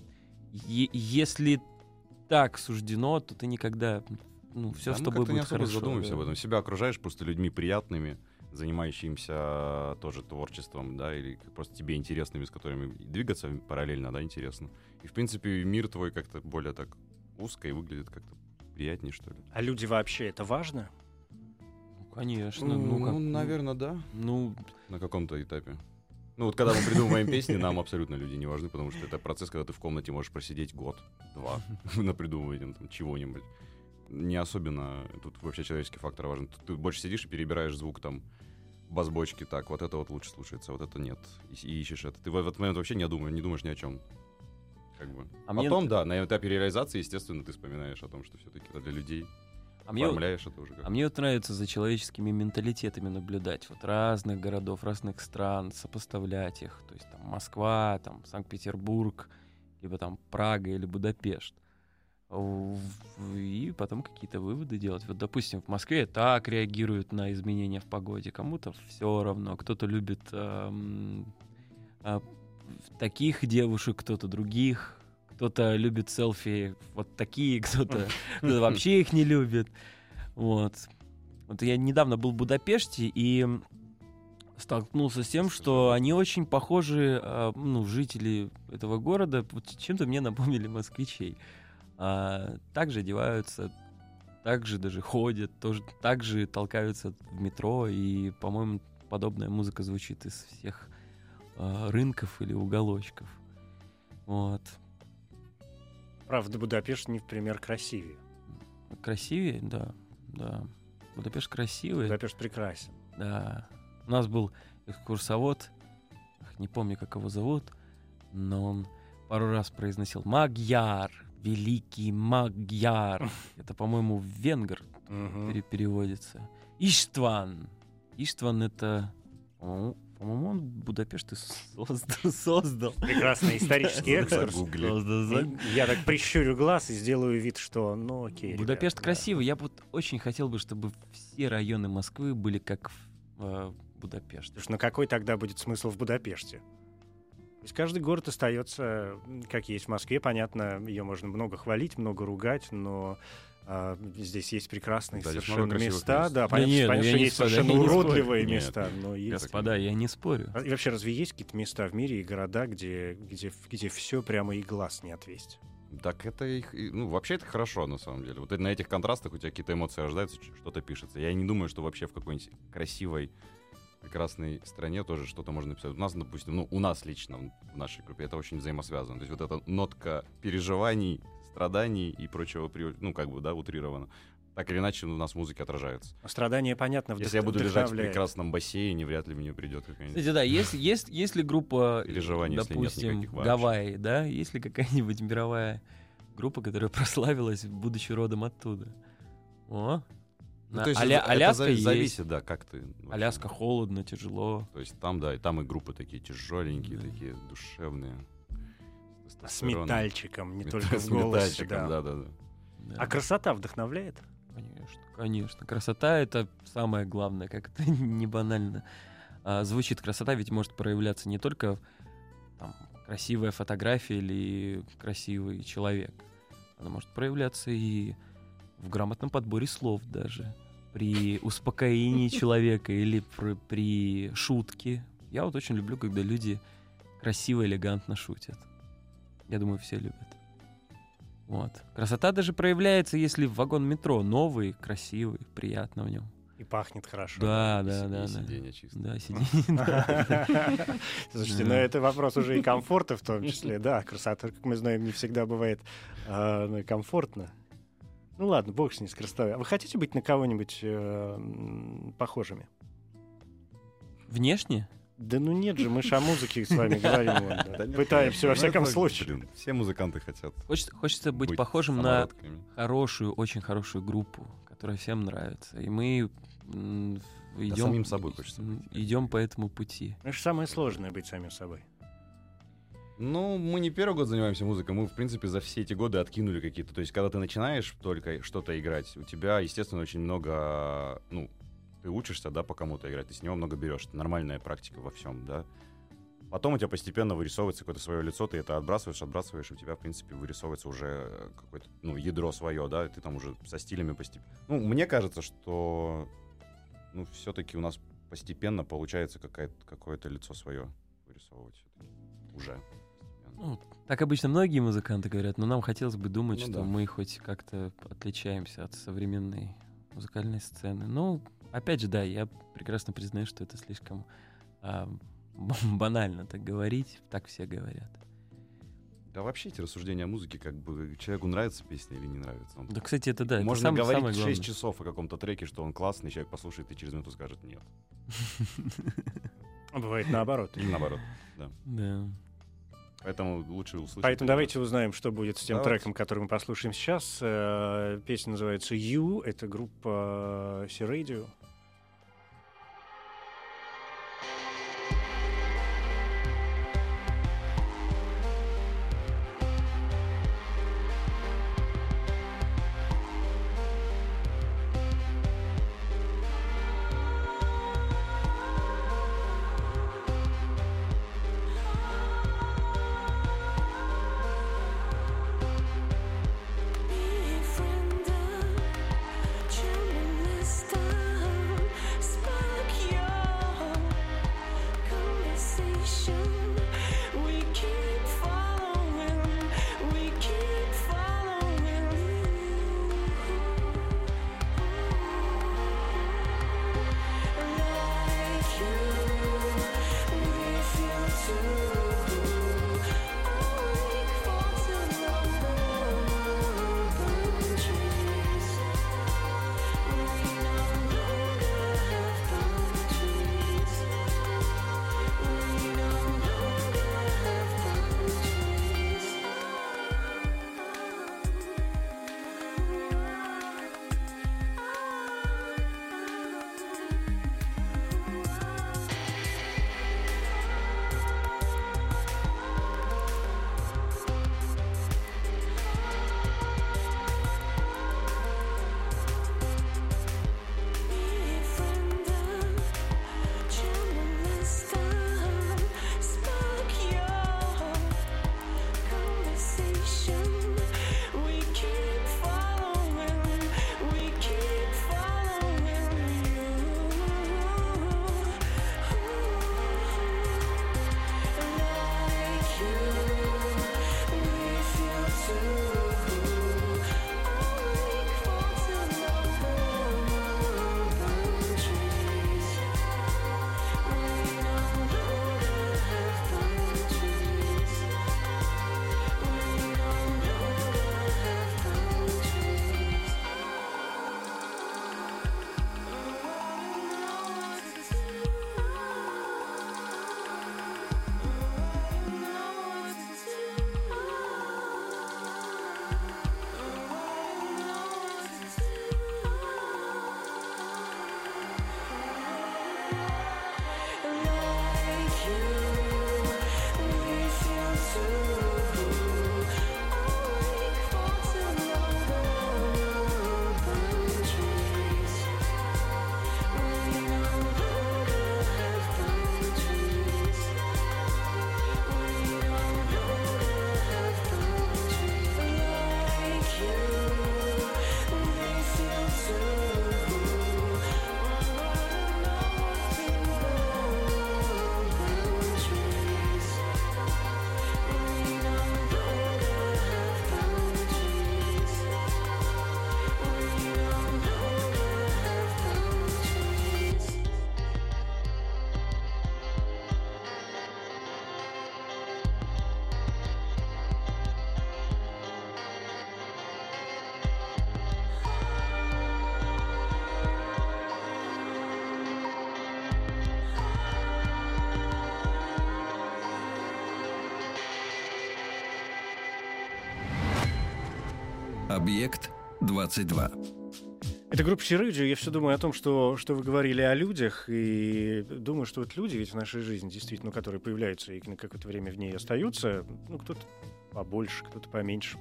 [SPEAKER 3] е- если так суждено, то ты никогда, ну, все
[SPEAKER 4] Да,
[SPEAKER 3] с
[SPEAKER 4] мы
[SPEAKER 3] тобой
[SPEAKER 4] как-то не
[SPEAKER 3] будет
[SPEAKER 4] особо
[SPEAKER 3] хорошо.
[SPEAKER 4] задумываемся
[SPEAKER 3] да.
[SPEAKER 4] об этом. Себя окружаешь просто людьми приятными, занимающимися тоже творчеством, да, или просто тебе интересными, с которыми двигаться параллельно, да, интересно. И, в принципе, мир твой как-то более так узко и выглядит как-то приятнее, что ли.
[SPEAKER 2] А люди вообще, это важно?
[SPEAKER 3] Ну, конечно. Ну, как-
[SPEAKER 4] наверное, да.
[SPEAKER 3] Ну,
[SPEAKER 4] На каком-то этапе. Ну вот когда мы придумываем песни, нам абсолютно люди не важны, потому что это процесс, когда ты в комнате можешь просидеть год-два на придумывании там чего-нибудь. Не особенно тут вообще человеческий фактор важен. Тут ты больше сидишь и перебираешь звук там бас-бочки, так, вот это вот лучше слушается, вот это нет. И, и ищешь это. Ты в этот момент вообще не думаешь, не думаешь ни о чем. Как бы.
[SPEAKER 3] А мне-
[SPEAKER 4] Потом, да, на этапе реализации, естественно, ты вспоминаешь о том, что все-таки это для людей.
[SPEAKER 3] а мне,
[SPEAKER 4] Оформляешь это уже как.
[SPEAKER 3] а мне вот нравится за человеческими менталитетами наблюдать. Вот разных городов, разных стран, сопоставлять их. То есть там Москва, там Санкт-Петербург, либо там Прага или Будапешт. В- И потом какие-то выводы делать. Вот, допустим, в Москве так реагируют на изменения в погоде. Кому-то все равно. Кто-то любит эм, а, таких девушек, кто-то других. Кто-то любит селфи вот такие, кто-то кто-то вообще их не любит. Вот. Вот я недавно был в Будапеште и столкнулся с тем, что они очень похожи, а, ну, жители этого города, вот чем-то мне напомнили москвичей. А, также одеваются, также даже ходят, тоже, также толкаются в метро, и, по-моему, подобная музыка звучит из всех а, рынков или уголочков. Вот.
[SPEAKER 2] Правда, Будапешт не в пример красивее.
[SPEAKER 3] Красивее, да, да. Будапешт красивый.
[SPEAKER 2] Будапешт прекрасен.
[SPEAKER 3] Да. У нас был экскурсовод, ах, не помню, как его зовут, но он пару раз произносил «Magyar», «Великий Magyar». Это, по-моему, венгр
[SPEAKER 2] Мгм.
[SPEAKER 3] пере- переводится. «Иштван». «Иштван» — это... По-моему, по-моему, он Будапешт и создал. создал.
[SPEAKER 2] Прекрасный исторический экскурс.
[SPEAKER 4] Загугли.
[SPEAKER 3] Создал, за-
[SPEAKER 2] Ну, Я так прищурю глаз и сделаю вид, что, ну окей.
[SPEAKER 3] Будапешт
[SPEAKER 2] ребят, да.
[SPEAKER 3] красивый. Я бы вот очень хотел бы, чтобы все районы Москвы были как в э, Будапеште.
[SPEAKER 2] Слушай, ну какой тогда будет смысл в Будапеште? То есть каждый город остается, м, как есть в Москве, понятно, ее можно много хвалить, много ругать, но а, здесь есть прекрасные
[SPEAKER 4] Да, здесь
[SPEAKER 2] совершенно
[SPEAKER 4] много красивых
[SPEAKER 2] места.
[SPEAKER 4] мест.
[SPEAKER 2] Да,
[SPEAKER 3] Да
[SPEAKER 2] понятно,
[SPEAKER 3] нет,
[SPEAKER 2] понятно,
[SPEAKER 3] я
[SPEAKER 2] что
[SPEAKER 3] не
[SPEAKER 2] есть
[SPEAKER 3] спорю,
[SPEAKER 2] совершенно
[SPEAKER 3] я не спорю.
[SPEAKER 2] уродливые
[SPEAKER 4] Нет.
[SPEAKER 2] места, но есть...
[SPEAKER 3] Господа, я не спорю.
[SPEAKER 2] А, и вообще, разве есть какие-то места в мире и города, где, где, где все прямо и глаз не отвесть?
[SPEAKER 4] Так это их, и- ну, вообще это хорошо, на самом деле. Вот на этих контрастах у тебя какие-то эмоции рождаются, ч- что-то пишется. Я не думаю, что вообще в какой-нибудь красивой, прекрасной стране тоже что-то можно написать. У нас, допустим, ну, у нас лично, в нашей группе, это очень взаимосвязано. То есть вот эта нотка переживаний, страданий и прочего, при- ну, как бы, да, утрировано. Так или иначе у нас в музыке отражается.
[SPEAKER 2] Страдание, понятно,
[SPEAKER 4] Если я буду лежать в
[SPEAKER 2] вдохновляет.
[SPEAKER 4] прекрасном бассейне, вряд ли мне придет какая-нибудь...
[SPEAKER 3] Кстати, да, есть, есть, есть ли группа,
[SPEAKER 4] Переживаний, если нет
[SPEAKER 3] допустим,
[SPEAKER 4] никаких вообще.
[SPEAKER 3] Гавайи, да? Есть ли какая-нибудь мировая группа, которая прославилась, будучи родом оттуда? О,
[SPEAKER 4] Ну,
[SPEAKER 3] на-
[SPEAKER 4] то есть
[SPEAKER 3] Аля-
[SPEAKER 4] это- это
[SPEAKER 3] Аляска
[SPEAKER 4] зави-
[SPEAKER 3] есть.
[SPEAKER 4] зависит, да, как ты... вообще.
[SPEAKER 3] Аляска холодно, тяжело.
[SPEAKER 4] То есть там, да, и там и группы такие тяжеленькие,
[SPEAKER 3] Да.
[SPEAKER 4] такие душевные.
[SPEAKER 2] С
[SPEAKER 4] тестостероном.
[SPEAKER 2] метальчиком, не
[SPEAKER 4] Мета-
[SPEAKER 2] только
[SPEAKER 4] с
[SPEAKER 2] в голосе.
[SPEAKER 4] метальчиком,
[SPEAKER 2] Да.
[SPEAKER 4] да, да, да.
[SPEAKER 3] Да.
[SPEAKER 2] А красота вдохновляет?
[SPEAKER 3] Конечно, конечно. Красота — это самое главное, как это не банально а, звучит. Красота ведь может проявляться не только там, красивая фотография или красивый человек. Она может проявляться и в грамотном подборе слов даже. При успокоении человека или при, при шутке. Я вот очень люблю, когда люди красиво, элегантно шутят. Я думаю, все любят. Вот. Красота даже проявляется, если вагон метро новый, красивый, приятно в нем.
[SPEAKER 2] И пахнет хорошо.
[SPEAKER 3] Да,
[SPEAKER 4] И
[SPEAKER 3] да,
[SPEAKER 4] си- и
[SPEAKER 3] да, да.
[SPEAKER 4] сиденье чисто.
[SPEAKER 3] Да, сиденье. да.
[SPEAKER 2] Слушайте,
[SPEAKER 3] Да.
[SPEAKER 2] ну это вопрос уже и комфорта в том числе. Да, красота, как мы знаем, не всегда бывает а, ну, и комфортно. Ну ладно, бог с ней, с красотой. А вы хотите быть на кого-нибудь э, м, похожими?
[SPEAKER 3] Внешне?
[SPEAKER 2] Да ну нет же, мы же о музыке с вами говорим. вон, да.
[SPEAKER 4] Да нет,
[SPEAKER 2] Пытаемся, во
[SPEAKER 4] конечно.
[SPEAKER 2] всяком
[SPEAKER 4] Ну, это,
[SPEAKER 2] случае.
[SPEAKER 4] блин, все музыканты хотят
[SPEAKER 3] Хочется, хочется быть
[SPEAKER 4] быть
[SPEAKER 3] похожим на
[SPEAKER 4] самородками.
[SPEAKER 3] хорошую, очень хорошую группу, которая всем нравится. И мы м, идем,
[SPEAKER 4] самим собой хочется быть.
[SPEAKER 3] идем по этому пути.
[SPEAKER 2] Это же самое сложное — быть самим собой.
[SPEAKER 4] Ну, мы не первый год занимаемся музыкой, мы, в принципе, за все эти годы откинули какие-то. То есть, когда ты начинаешь только что-то играть, у тебя, естественно, очень много, ну, ты учишься, да, по кому-то играть, ты с него много берешь. Это нормальная практика во всем, да. Потом у тебя постепенно вырисовывается какое-то свое лицо, ты это отбрасываешь, отбрасываешь, и у тебя, в принципе, вырисовывается уже какое-то, ну, ядро свое, да, и ты там уже со стилями постепенно. Ну, мне кажется, что, ну, все-таки у нас постепенно получается какая-то, какое-то лицо свое вырисовывать все-таки уже.
[SPEAKER 3] Ну, так обычно многие музыканты говорят, но нам хотелось бы думать,
[SPEAKER 4] Ну
[SPEAKER 3] что
[SPEAKER 4] да.
[SPEAKER 3] мы хоть как-то отличаемся от современной музыкальной сцены. Ну, опять же, да, я прекрасно признаю, что это слишком а, банально так говорить, так все говорят.
[SPEAKER 4] Да вообще эти рассуждения о музыке, как бы человеку нравится песня или не нравится. Он-
[SPEAKER 3] Да, кстати, это да, это
[SPEAKER 4] Можно
[SPEAKER 3] сам-
[SPEAKER 4] говорить
[SPEAKER 3] самое главное.
[SPEAKER 4] шесть часов о каком-то треке, что он классный, человек послушает и через минуту скажет нет.
[SPEAKER 2] А бывает наоборот.
[SPEAKER 4] Или наоборот, да.
[SPEAKER 3] Да.
[SPEAKER 4] Поэтому лучше услышать.
[SPEAKER 2] Поэтому давайте узнаем, что будет с тем
[SPEAKER 4] Давайте.
[SPEAKER 2] треком, который мы послушаем сейчас. Э, Песня называется «You». Это группа C-Radio.
[SPEAKER 5] Befriended, trembling this time.
[SPEAKER 1] Объект двадцать два.
[SPEAKER 2] Это группа Сирадио. Я все думаю о том, что, что вы говорили о людях, и думаю, что вот люди ведь в нашей жизни, действительно, которые появляются и на какое-то время в ней остаются, ну, кто-то побольше, кто-то поменьше.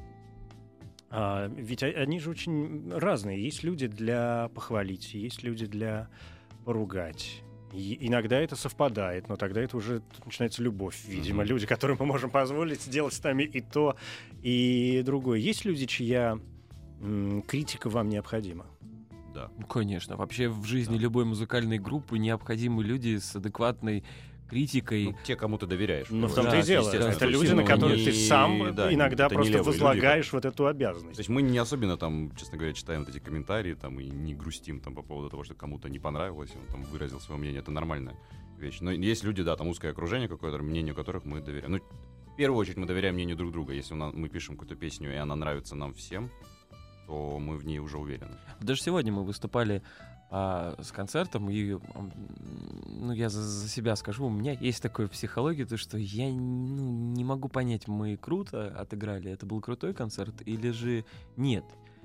[SPEAKER 2] А, ведь они же очень разные. Есть люди для похвалить, есть люди для поругать. И иногда это совпадает, но тогда это уже начинается любовь, видимо. Mm-hmm. Люди, которым мы можем позволить сделать с нами и то, и другое. Есть люди, чья м, критика вам необходима?
[SPEAKER 4] Да.
[SPEAKER 3] Ну, конечно. Вообще в жизни да. любой музыкальной группы необходимы люди с адекватной критикой.
[SPEAKER 4] Ну, те, кому ты доверяешь.
[SPEAKER 2] Ну, в том-то
[SPEAKER 3] да,
[SPEAKER 2] и дело. Это люди, на которых ты сам
[SPEAKER 4] да,
[SPEAKER 2] иногда просто возлагаешь
[SPEAKER 4] люди,
[SPEAKER 2] вот эту обязанность.
[SPEAKER 4] То есть мы не особенно там, честно говоря, читаем вот эти комментарии там, и не грустим там по поводу того, что кому-то не понравилось, он там выразил свое мнение. Это нормальная вещь. Но есть люди, да, там узкое окружение какое-то, мнению которых мы доверяем. Ну, в первую очередь мы доверяем мнению друг друга. Если у нас, мы пишем какую-то песню, и она нравится нам всем, то мы в ней уже уверены.
[SPEAKER 3] Даже сегодня мы выступали а, с концертом, и ну, я за, за себя скажу, у меня есть такая психология, то, что я ну, не могу понять, мы круто отыграли, это был крутой концерт, или же нет.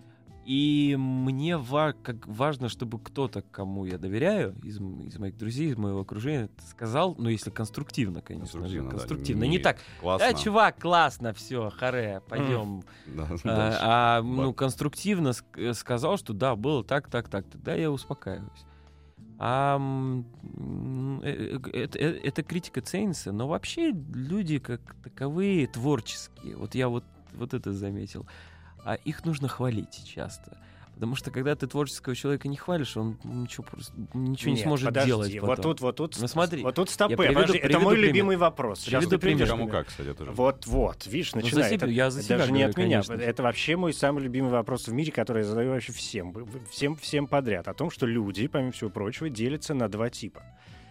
[SPEAKER 3] И мне ва- как важно, чтобы кто-то, кому я доверяю, из, из моих друзей, из моего окружения, сказал, ну, если конструктивно, конечно.
[SPEAKER 4] Конструктивно,
[SPEAKER 3] же,
[SPEAKER 4] да,
[SPEAKER 3] конструктивно.
[SPEAKER 4] не,
[SPEAKER 3] Не так,
[SPEAKER 4] классно.
[SPEAKER 3] да, чувак, классно, все, харе, пойдем.
[SPEAKER 4] Да,
[SPEAKER 3] А, а, ну, конструктивно ск- сказал, что да, было так, так, так, тогда я успокаиваюсь. А, м, э, э, это, э, это критика ценится, но вообще люди как таковые творческие. Вот я вот, вот это заметил. А их нужно хвалить часто. Потому что когда ты творческого человека не хвалишь, он ничего, просто, ничего не
[SPEAKER 2] Нет,
[SPEAKER 3] сможет
[SPEAKER 2] подожди,
[SPEAKER 3] делать потом.
[SPEAKER 2] Вот тут, вот тут,
[SPEAKER 3] Ну, смотри,
[SPEAKER 2] вот тут стопы.
[SPEAKER 3] я приведу-
[SPEAKER 2] Подожди, это
[SPEAKER 3] приведу
[SPEAKER 2] мой
[SPEAKER 3] пример.
[SPEAKER 2] любимый вопрос. Сейчас
[SPEAKER 3] Приведу
[SPEAKER 2] ты приведешь
[SPEAKER 3] пример.
[SPEAKER 4] Кому
[SPEAKER 2] пример.
[SPEAKER 4] как, кстати, тоже.
[SPEAKER 2] Вот, вот, видишь,
[SPEAKER 3] Ну, за
[SPEAKER 2] начинает.
[SPEAKER 3] себя-
[SPEAKER 2] это,
[SPEAKER 3] я за
[SPEAKER 2] это
[SPEAKER 3] себя
[SPEAKER 2] даже не
[SPEAKER 3] говорю,
[SPEAKER 2] от меня.
[SPEAKER 3] конечно.
[SPEAKER 2] Это вообще мой самый любимый вопрос в мире, который я задаю вообще всем, всем, всем подряд. О том, что люди, помимо всего прочего, делятся на два типа.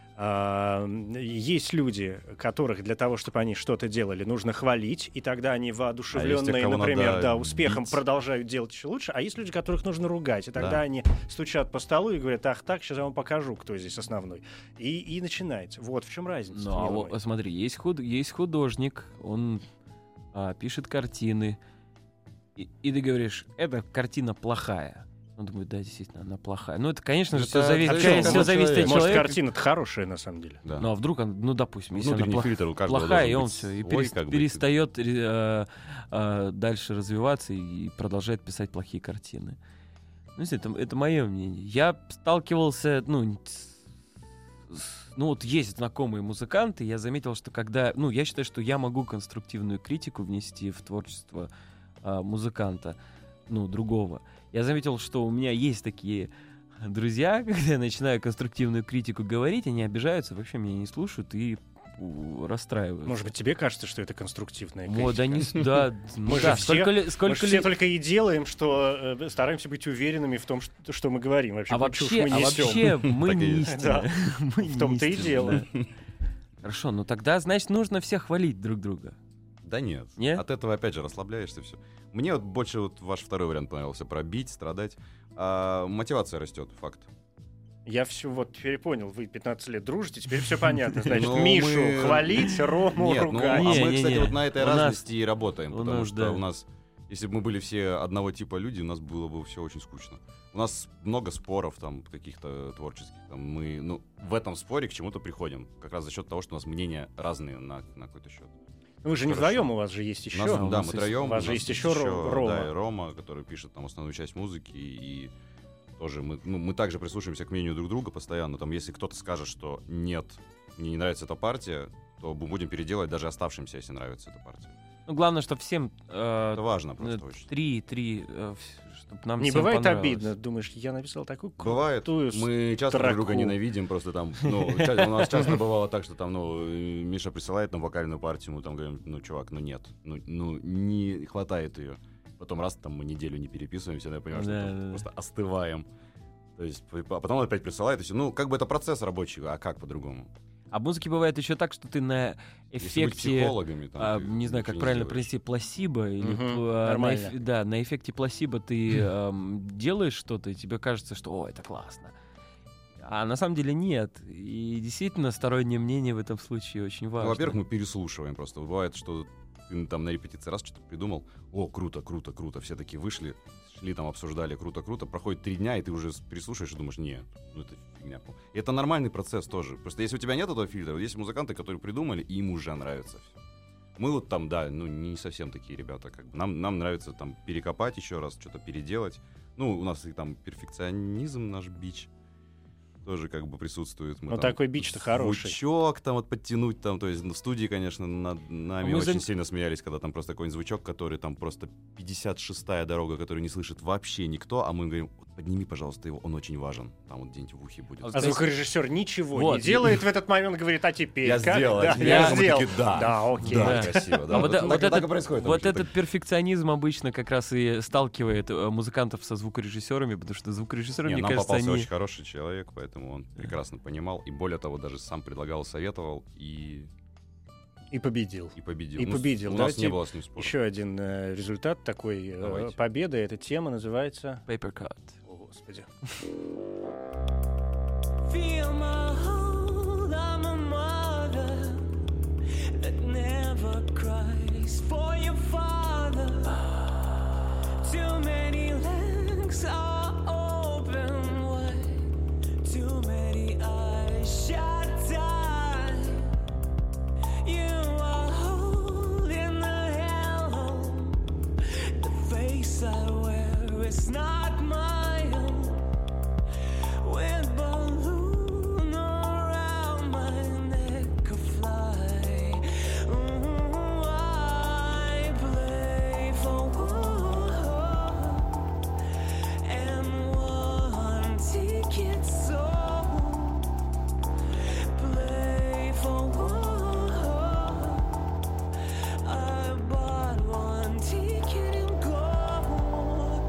[SPEAKER 2] А, есть люди, которых для того, чтобы они что-то делали, нужно хвалить, и тогда они воодушевленные,
[SPEAKER 4] кого
[SPEAKER 2] например,
[SPEAKER 4] надо
[SPEAKER 2] да, успехом
[SPEAKER 4] бить.
[SPEAKER 2] продолжают делать еще лучше. А есть люди, которых нужно ругать, и тогда
[SPEAKER 4] Да.
[SPEAKER 2] они стучат по столу и говорят: ах, так, сейчас я вам покажу, кто здесь основной. И, и начинается. Вот в чем разница.
[SPEAKER 3] Ну, а
[SPEAKER 2] милый
[SPEAKER 3] вот,
[SPEAKER 2] мой.
[SPEAKER 3] смотри, есть, худ, есть художник, он а, пишет картины, и, и ты говоришь, эта картина плохая. Он думает, да, действительно, она плохая. Ну, это, конечно же,
[SPEAKER 4] Это
[SPEAKER 3] все зависит,
[SPEAKER 4] зависит от
[SPEAKER 3] все зависит от
[SPEAKER 4] человека.
[SPEAKER 2] Может,
[SPEAKER 3] человека.
[SPEAKER 2] картина-то хорошая, на самом деле.
[SPEAKER 4] Да.
[SPEAKER 3] Ну, а вдруг, он, ну, допустим, если она
[SPEAKER 4] Внутренний
[SPEAKER 3] плох-
[SPEAKER 4] фильтр у каждого
[SPEAKER 3] плохая, и
[SPEAKER 4] должен
[SPEAKER 3] он
[SPEAKER 4] быть
[SPEAKER 3] все, и
[SPEAKER 4] свой,
[SPEAKER 3] перес-
[SPEAKER 4] как бы,
[SPEAKER 3] перестает э, э, дальше развиваться и продолжает писать плохие картины. Ну, это, это мое мнение. Я сталкивался, ну, с- с- ну, вот есть знакомые музыканты, я заметил, что когда, ну, я считаю, что я могу конструктивную критику внести в творчество э, музыканта, ну, другого. Я заметил, что у меня есть такие друзья, когда я начинаю конструктивную критику говорить, они обижаются, вообще меня не слушают и у, расстраиваются.
[SPEAKER 2] Может быть, тебе кажется, что это конструктивная
[SPEAKER 3] Вот,
[SPEAKER 2] критика?
[SPEAKER 3] они, да, ну
[SPEAKER 2] Мы же
[SPEAKER 3] да,
[SPEAKER 2] все-
[SPEAKER 3] сколько, ли-
[SPEAKER 2] Мы
[SPEAKER 3] сколько
[SPEAKER 2] же все
[SPEAKER 3] ли-
[SPEAKER 2] только и делаем, что э, стараемся быть уверенными в том, что, что мы говорим. Вообще,
[SPEAKER 3] А
[SPEAKER 2] какую чушь
[SPEAKER 3] вообще,
[SPEAKER 2] мы
[SPEAKER 3] а
[SPEAKER 2] несем.
[SPEAKER 3] вообще мы
[SPEAKER 4] Так и
[SPEAKER 3] не
[SPEAKER 4] есть.
[SPEAKER 3] истина.
[SPEAKER 2] Да.
[SPEAKER 3] Мы
[SPEAKER 2] В
[SPEAKER 3] не
[SPEAKER 2] том-то и
[SPEAKER 3] истина,
[SPEAKER 2] дело.
[SPEAKER 3] да. Хорошо, ну тогда, значит, нужно всех хвалить друг друга.
[SPEAKER 4] Да нет.
[SPEAKER 3] Нет?
[SPEAKER 4] От этого опять же расслабляешься, все. Мне вот больше вот ваш второй вариант понравился, про бить, страдать. А, мотивация растет, факт.
[SPEAKER 2] Я все вот теперь понял. Вы пятнадцать лет дружите, теперь все понятно. Значит,
[SPEAKER 4] Ну,
[SPEAKER 2] Мишу
[SPEAKER 4] мы-
[SPEAKER 2] хвалить, Рому
[SPEAKER 4] Нет, ну, а
[SPEAKER 2] ругать.
[SPEAKER 3] Не,
[SPEAKER 4] мы,
[SPEAKER 3] не,
[SPEAKER 4] кстати,
[SPEAKER 3] не.
[SPEAKER 4] вот на этой
[SPEAKER 3] У нас-
[SPEAKER 4] разности и работаем,
[SPEAKER 3] у
[SPEAKER 4] потому
[SPEAKER 3] нас,
[SPEAKER 4] что
[SPEAKER 3] да.
[SPEAKER 4] у нас, если бы мы были все одного типа люди, у нас было бы все очень скучно. У нас много споров там каких-то творческих. Там, мы, ну, в этом споре к чему-то приходим, как раз за счет того, что у нас мнения разные на, на какой-то счет.
[SPEAKER 2] Ну, вы же не
[SPEAKER 4] Хорошо.
[SPEAKER 2] вдвоем, у вас же есть
[SPEAKER 4] У
[SPEAKER 2] еще.
[SPEAKER 4] нас,
[SPEAKER 3] у
[SPEAKER 4] да,
[SPEAKER 3] нас
[SPEAKER 4] мы
[SPEAKER 3] есть-
[SPEAKER 4] троем.
[SPEAKER 2] у вас же есть еще Ро- Рома.
[SPEAKER 4] Да, и Рома, который пишет там основную часть музыки, и тоже мы, ну, мы также прислушиваемся к мнению друг друга постоянно. Там, если кто-то скажет, что нет, мне не нравится эта партия, то мы будем переделать даже оставшимся, если нравится эта партия.
[SPEAKER 3] Ну, главное, чтобы всем э,
[SPEAKER 4] Это важно
[SPEAKER 3] э,
[SPEAKER 4] просто очень.
[SPEAKER 3] три, три, чтобы нам
[SPEAKER 2] Не
[SPEAKER 3] всем
[SPEAKER 2] бывает
[SPEAKER 3] понравилось.
[SPEAKER 2] обидно? Думаешь, я написал такую
[SPEAKER 4] Бывает.
[SPEAKER 2] крутую
[SPEAKER 4] Мы часто друг друга
[SPEAKER 2] строку.
[SPEAKER 4] ненавидим, просто там, ну, ча- у нас часто бывало так, что там, ну, э, Миша присылает нам вокальную партию, мы там говорим, ну, чувак, ну нет, ну, ну не хватает ее. Потом раз там мы неделю не переписываемся, я понимаю, что
[SPEAKER 3] Да,
[SPEAKER 4] там
[SPEAKER 3] да, да.
[SPEAKER 4] просто остываем. То есть, п- а потом он опять присылает, и все. Ну, как бы это процесс рабочий, а как по-другому?
[SPEAKER 3] А в музыке бывает еще так, что ты на
[SPEAKER 4] Если быть
[SPEAKER 3] эффекте,
[SPEAKER 4] психологами, там,
[SPEAKER 3] а,
[SPEAKER 4] ты
[SPEAKER 3] не знаю, как
[SPEAKER 4] ничего
[SPEAKER 3] правильно
[SPEAKER 4] сделаешь.
[SPEAKER 3] провести, пласибо, или
[SPEAKER 2] Мгм,
[SPEAKER 3] п- а, на,
[SPEAKER 2] нормально.
[SPEAKER 3] эф- да, на эффекте пласибо ты эм, делаешь что-то, и тебе кажется, что «О, это классно». А на самом деле нет. И действительно, стороннее мнение в этом случае очень важно.
[SPEAKER 4] Ну, во-первых, мы переслушиваем просто. Бывает, что ты там на репетиции раз что-то придумал, о, круто, круто, круто, все такие вышли, шли там, обсуждали, круто, круто, проходит три дня, и ты уже прислушаешь и думаешь, нет, ну это фигня. И это нормальный процесс тоже. Просто если у тебя нет этого фильтра, есть музыканты, которые придумали, и им уже нравится все. Мы вот там, да, ну не совсем такие ребята, как бы. Нам, нам нравится там перекопать еще раз, что-то переделать. Ну, у нас и там перфекционизм наш бич тоже как бы присутствует. Мы
[SPEAKER 2] Ну,
[SPEAKER 4] там
[SPEAKER 2] такой бич-то хороший.
[SPEAKER 4] Звучок там вот подтянуть там, то есть в студии, конечно, над нами
[SPEAKER 3] Мы
[SPEAKER 4] очень
[SPEAKER 3] за-
[SPEAKER 4] сильно смеялись, когда там просто какой-нибудь звучок, который там просто пятьдесят шестая дорога, которую не слышит вообще никто, а мы говорим, вот подними, пожалуйста, его, он очень важен. Там вот где-нибудь в ухе будет.
[SPEAKER 3] А
[SPEAKER 2] А звукорежиссер ничего
[SPEAKER 3] Вот.
[SPEAKER 2] не делает в этот момент, говорит, а теперь
[SPEAKER 4] Я
[SPEAKER 2] как?
[SPEAKER 4] сделал,
[SPEAKER 2] Да,
[SPEAKER 4] а теперь
[SPEAKER 2] я
[SPEAKER 4] мы
[SPEAKER 2] сделал.
[SPEAKER 4] такие, да.
[SPEAKER 2] Да, окей.
[SPEAKER 4] Да,
[SPEAKER 3] Да.
[SPEAKER 4] красиво, да.
[SPEAKER 3] А вот,
[SPEAKER 4] Вот
[SPEAKER 3] э- вот
[SPEAKER 4] так- так
[SPEAKER 3] этот,
[SPEAKER 4] и происходит
[SPEAKER 3] вот
[SPEAKER 4] обычно.
[SPEAKER 3] этот перфекционизм обычно как раз и сталкивает э, музыкантов со звукорежиссерами, потому что звукорежиссеры,
[SPEAKER 4] Не,
[SPEAKER 3] мне
[SPEAKER 4] нам
[SPEAKER 3] кажется,
[SPEAKER 4] попался
[SPEAKER 3] они...
[SPEAKER 4] очень хороший человек, поэтому он прекрасно понимал. И более того, даже сам предлагал, советовал и,
[SPEAKER 2] И победил.
[SPEAKER 4] и победил.
[SPEAKER 2] И
[SPEAKER 4] Ну, с-
[SPEAKER 2] победил.
[SPEAKER 4] У нас
[SPEAKER 2] Давайте
[SPEAKER 4] не было с ним спора.
[SPEAKER 2] Еще один э, результат такой э,
[SPEAKER 4] Давайте.
[SPEAKER 2] победы. Эта тема называется...
[SPEAKER 3] Paper cut.
[SPEAKER 2] О, Господи.
[SPEAKER 5] Feel my hold, I'm a mother that never cries for your father. Too many legs are open wide, too many eyes shut tight. You are holding the helm, the face I wear is not my own. With balloon around my neck afly. Ooh, I play for one and one ticket sold. Play for one. I bought one ticket in gold.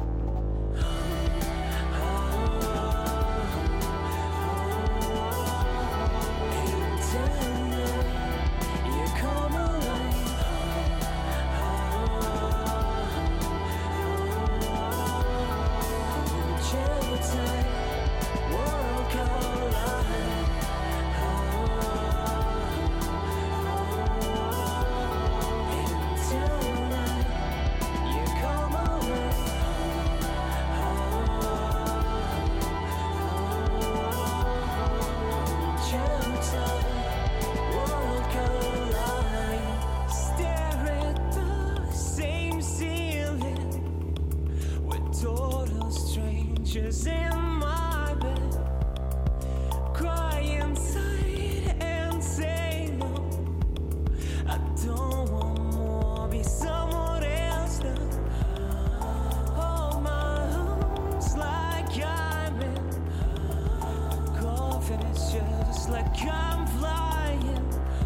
[SPEAKER 5] Stare at the same ceiling with total strangers in my bed. Cry inside and say no. I don't want more, be someone else now. Hold my arms like I'm in confidence, just like I'm flying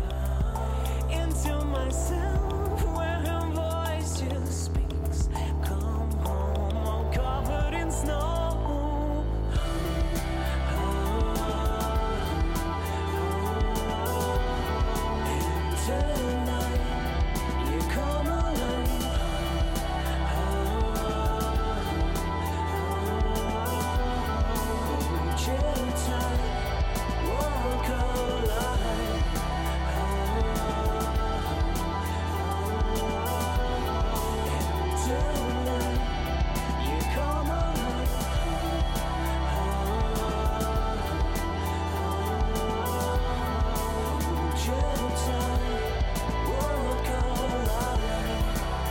[SPEAKER 5] into myself where her voice just speaks. Come home, all covered in snow. Tonight, you come alive. Chill tight, walk alive. Tonight, you come alive. Chill tight, walk alive.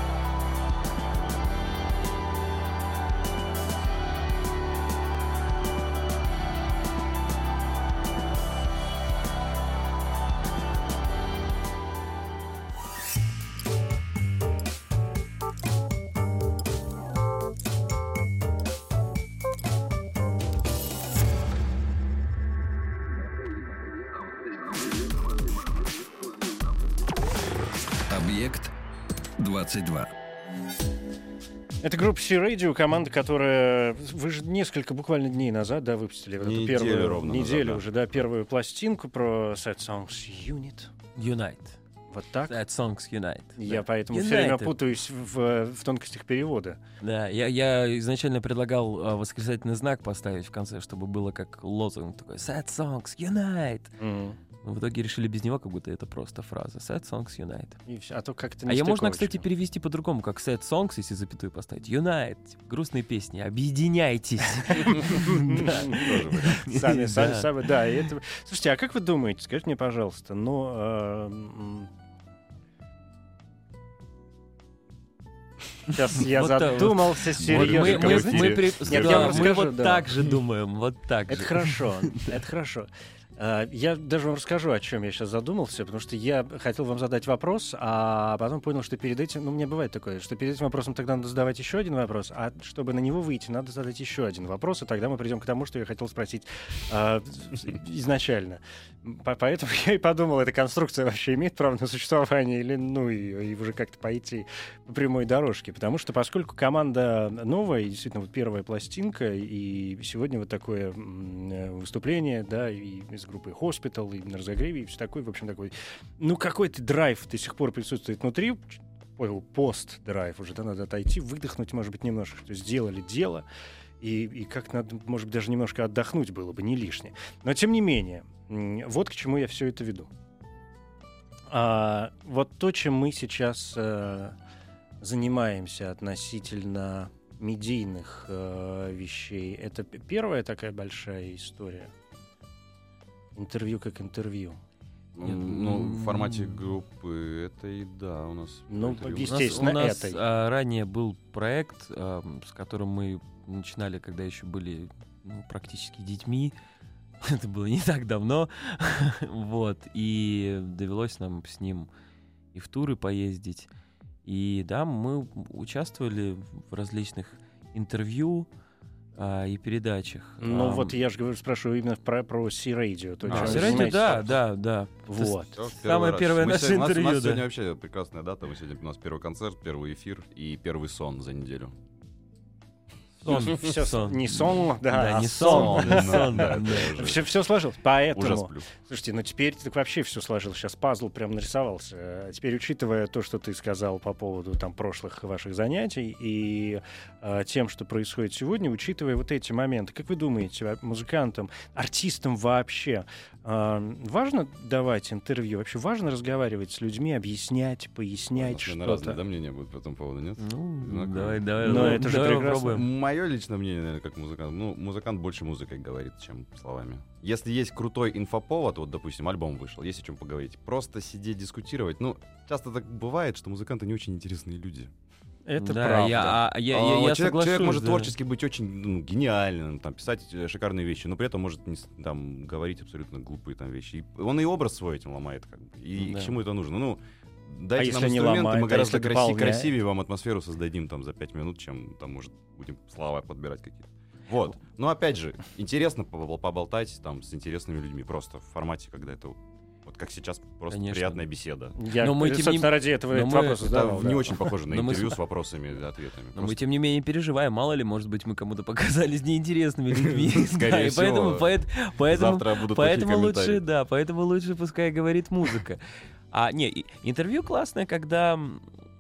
[SPEAKER 1] Объект двадцать два.
[SPEAKER 2] Это группа C-Radio, команда, которая... Вы же несколько буквально дней назад, да, выпустили вот эту
[SPEAKER 4] Неделю
[SPEAKER 2] первую...
[SPEAKER 4] ровно
[SPEAKER 2] неделю
[SPEAKER 4] назад, да.
[SPEAKER 2] уже, да, первую пластинку про Sad Songs Unit.
[SPEAKER 3] Unite.
[SPEAKER 2] Вот так.
[SPEAKER 3] That songs unite.
[SPEAKER 2] Я
[SPEAKER 3] Да.
[SPEAKER 2] поэтому все время
[SPEAKER 3] United.
[SPEAKER 2] путаюсь в, в тонкостях перевода.
[SPEAKER 3] Да, я, я изначально предлагал а, восклицательный знак поставить в конце, чтобы было как лозунг такой Sad songs unite.
[SPEAKER 2] М.
[SPEAKER 3] Но в итоге решили без него, как будто это просто фраза. Sad songs unite.
[SPEAKER 2] И всё. А то как-то
[SPEAKER 3] А ее можно, кстати,
[SPEAKER 2] нестыковочно.
[SPEAKER 3] перевести по-другому, как sad songs, если запятую поставить. Unite. Типа, грустные песни. Объединяйтесь. Да.
[SPEAKER 4] Тоже вариант.
[SPEAKER 2] Сами, сами,
[SPEAKER 3] Да.
[SPEAKER 2] сами, да. и это- Слушайте, а как вы думаете, скажите мне, пожалуйста, ну... э, м, Сейчас я
[SPEAKER 3] Вот так вот.
[SPEAKER 2] задумался
[SPEAKER 3] Мы,
[SPEAKER 2] серьезно.
[SPEAKER 3] мы-
[SPEAKER 2] Вы
[SPEAKER 3] мы
[SPEAKER 2] знаете,
[SPEAKER 3] при-
[SPEAKER 2] Нет,
[SPEAKER 3] да,
[SPEAKER 2] я вам
[SPEAKER 3] мы
[SPEAKER 2] расскажу,
[SPEAKER 3] вот
[SPEAKER 2] да.
[SPEAKER 3] так же думаем, вот так
[SPEAKER 2] Это
[SPEAKER 3] же.
[SPEAKER 2] хорошо, это хорошо. А, Я даже вам расскажу, о чем я сейчас задумался, потому что я хотел вам задать вопрос, а потом понял, что перед этим, ну, у меня бывает такое, что перед этим вопросом тогда надо задавать еще один вопрос, а чтобы на него выйти, надо задать еще один вопрос, и тогда мы придем к тому, что я хотел спросить а, изначально. По- Поэтому я и подумал, эта конструкция вообще имеет право на существование или, ну, и, и уже как-то пойти по прямой дорожке, потому что поскольку команда новая, и действительно вот первая пластинка, и сегодня вот такое м, э, выступление, да, и из группы Hospital, и на разогреве, и все такое, в общем, такой, ну, какой-то драйв до сих пор присутствует внутри, ой, пост-драйв уже, да, надо отойти, выдохнуть, может быть, немножко, что сделали дело, и, и как надо, может быть, даже немножко отдохнуть было бы не лишнее. Но, тем не менее, м, вот к чему я все это веду. А, вот то, чем мы сейчас э, занимаемся относительно медийных э, вещей, это п- первая такая большая история. Интервью как интервью.
[SPEAKER 4] Ну, в формате группы это и да, у нас
[SPEAKER 2] Ну,
[SPEAKER 4] интервью.
[SPEAKER 3] У нас-
[SPEAKER 2] естественно,
[SPEAKER 3] у нас,
[SPEAKER 2] этой.
[SPEAKER 3] а, ранее был проект, ам, с которым мы начинали, когда еще были ну, практически детьми. Это было не так давно. Вот. И довелось нам с ним и в туры поездить. И да, мы участвовали в различных интервью а, и передачах.
[SPEAKER 2] Ну,
[SPEAKER 3] Ам,
[SPEAKER 2] вот я же говорю, спрашиваю именно про, про C-Radio. то,
[SPEAKER 3] а,
[SPEAKER 2] чем вы
[SPEAKER 3] Си-радио,
[SPEAKER 2] занимаетесь.
[SPEAKER 3] да, да, да.
[SPEAKER 2] Вот.
[SPEAKER 4] Всё,
[SPEAKER 3] Самое
[SPEAKER 4] раз.
[SPEAKER 3] первое
[SPEAKER 4] Мы
[SPEAKER 3] наше
[SPEAKER 4] сегодня- у нас-
[SPEAKER 3] интервью,
[SPEAKER 4] У нас
[SPEAKER 3] да.
[SPEAKER 4] сегодня вообще прекрасная дата. Мы сегодня, у нас первый концерт, первый эфир и первый сон за неделю.
[SPEAKER 3] Сон,
[SPEAKER 2] Всё,
[SPEAKER 3] сон.
[SPEAKER 2] не сон, да,
[SPEAKER 3] Да,
[SPEAKER 2] а
[SPEAKER 3] не
[SPEAKER 2] сон.
[SPEAKER 3] сон, не сон,
[SPEAKER 4] Да,
[SPEAKER 3] да.
[SPEAKER 4] это уже-
[SPEAKER 2] Все, все сложилось.
[SPEAKER 4] Уже
[SPEAKER 2] Поэтому,
[SPEAKER 4] сплю.
[SPEAKER 2] слушайте, ну теперь так вообще все сложилось. Сейчас пазл прям нарисовался. А теперь, учитывая то, что ты сказал по поводу там прошлых ваших занятий и э, тем, что происходит сегодня, учитывая вот эти моменты, как вы думаете, а, музыкантам, артистам вообще э, важно давать интервью? Вообще важно разговаривать с людьми, объяснять, пояснять
[SPEAKER 4] Наверное, разные,
[SPEAKER 2] что-то?
[SPEAKER 4] да, мнения будут по этому поводу, нет?
[SPEAKER 3] Ну,
[SPEAKER 4] Знакомо.
[SPEAKER 3] давай, давай.
[SPEAKER 2] Но
[SPEAKER 3] ну,
[SPEAKER 2] это же
[SPEAKER 3] давай
[SPEAKER 2] прекрасно.
[SPEAKER 3] попробуем.
[SPEAKER 4] Мое личное мнение, наверное, как музыкант. Ну, музыкант больше музыкой говорит, чем словами. Если есть крутой инфоповод, вот, допустим, альбом вышел, есть о чем поговорить. Просто сидеть, дискутировать. Ну, часто так бывает, что музыканты не очень интересные люди.
[SPEAKER 2] Это
[SPEAKER 3] Да,
[SPEAKER 2] правда.
[SPEAKER 3] Я, а, я,
[SPEAKER 4] А,
[SPEAKER 3] я,
[SPEAKER 4] вот
[SPEAKER 3] я
[SPEAKER 4] человек,
[SPEAKER 3] соглашусь,
[SPEAKER 4] человек может
[SPEAKER 3] да.
[SPEAKER 4] творчески быть очень ну, гениальным, там, писать э, шикарные вещи, но при этом может не с- там, говорить абсолютно глупые там, вещи. И он и образ свой этим ломает. Как бы. И
[SPEAKER 3] Да.
[SPEAKER 4] к чему это нужно? Ну, дайте
[SPEAKER 2] если
[SPEAKER 4] нам
[SPEAKER 2] не
[SPEAKER 4] инструменты,
[SPEAKER 2] ломает,
[SPEAKER 4] мы
[SPEAKER 2] а
[SPEAKER 4] гораздо
[SPEAKER 2] если
[SPEAKER 4] краси-
[SPEAKER 2] дополняет?
[SPEAKER 4] красивее вам атмосферу создадим там, за пять минут, чем там, может, будем слова подбирать какие-то. Вот. Но опять же, интересно побол- поболтать там с интересными людьми. Просто в формате, когда это вот как сейчас, просто
[SPEAKER 3] Конечно.
[SPEAKER 4] приятная беседа.
[SPEAKER 2] Я,
[SPEAKER 3] Но мы, тем не-
[SPEAKER 2] собственно, ради этого
[SPEAKER 3] но
[SPEAKER 2] этот
[SPEAKER 3] мы-
[SPEAKER 2] вопрос
[SPEAKER 4] Это
[SPEAKER 2] задавал.
[SPEAKER 4] не
[SPEAKER 2] да.
[SPEAKER 4] очень похоже на
[SPEAKER 3] Но мы
[SPEAKER 4] интервью
[SPEAKER 3] с-
[SPEAKER 4] с вопросами и ответами.
[SPEAKER 3] Но мы,
[SPEAKER 4] Просто
[SPEAKER 3] тем не менее, переживаем. Мало ли, может быть, мы кому-то показались неинтересными людьми.
[SPEAKER 4] Скорее
[SPEAKER 3] Да, и
[SPEAKER 4] всего,
[SPEAKER 3] поэтому, поэт- поэтому,
[SPEAKER 4] завтра будут
[SPEAKER 3] поэтому
[SPEAKER 4] такие
[SPEAKER 3] лучше,
[SPEAKER 4] комментарии.
[SPEAKER 3] да, поэтому лучше пускай говорит музыка. А, не, и- интервью классное, когда... м,